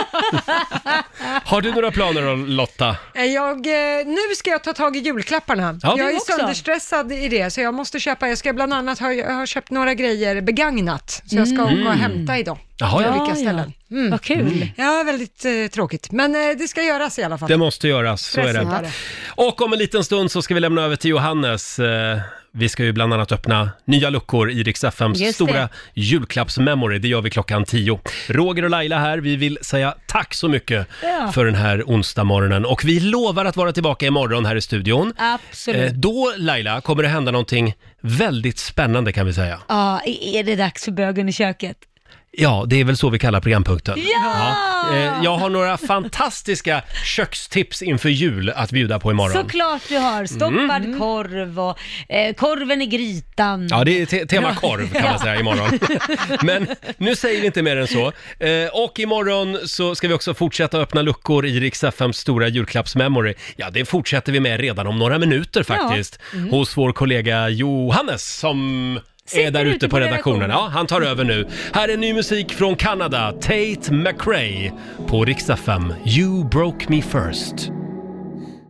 Har du några planer då, Lotta? Jag, eh, nu ska jag ta tag i julklapparna. Ja. Jag är Du också. sönderstressad i det, så jag måste köpa, jag ska bland annat ha, jag har köpt några grejer begagnat, så jag ska Mm. gå och hämta idag. Jaha, ja. På olika Ja, ställen. Mm. Vad kul. Ja, väldigt eh, tråkigt, men eh, det ska göras i alla fall. Det måste göras, så är Stressigt det. är det. Och om en liten stund så ska vi lämna över till Johannes. Eh, Vi ska ju bland annat öppna nya luckor i Rix F M:s Just stora det. julklappsmemory. Det gör vi klockan tio. Roger och Laila här, vi vill säga tack så mycket Ja. för den här onsdag morgonen. Och vi lovar att vara tillbaka imorgon här i studion. Absolut. Eh, Då, Laila, kommer det hända någonting väldigt spännande kan vi säga. Ja, är det dags för bögen i köket? Ja, det är väl så vi kallar programpunkten. Ja! Eh, Jag har några fantastiska kökstips inför jul att bjuda på imorgon. Såklart du har. Stoppad korv och eh, korven i grytan. Ja, det är te- tema korv kan man säga imorgon. Men nu säger vi inte mer än så. Eh, och imorgon så ska vi också fortsätta öppna luckor i Rix F M:s stora julklappsmemory. Ja, det fortsätter vi med redan om några minuter faktiskt. Mm. Hos vår kollega Johannes som Sitter är där ute ute på på redaktionen. redaktionen. Ja, han tar över nu. Här är ny musik från Kanada, Tate McRae på Rix F M. You broke me first.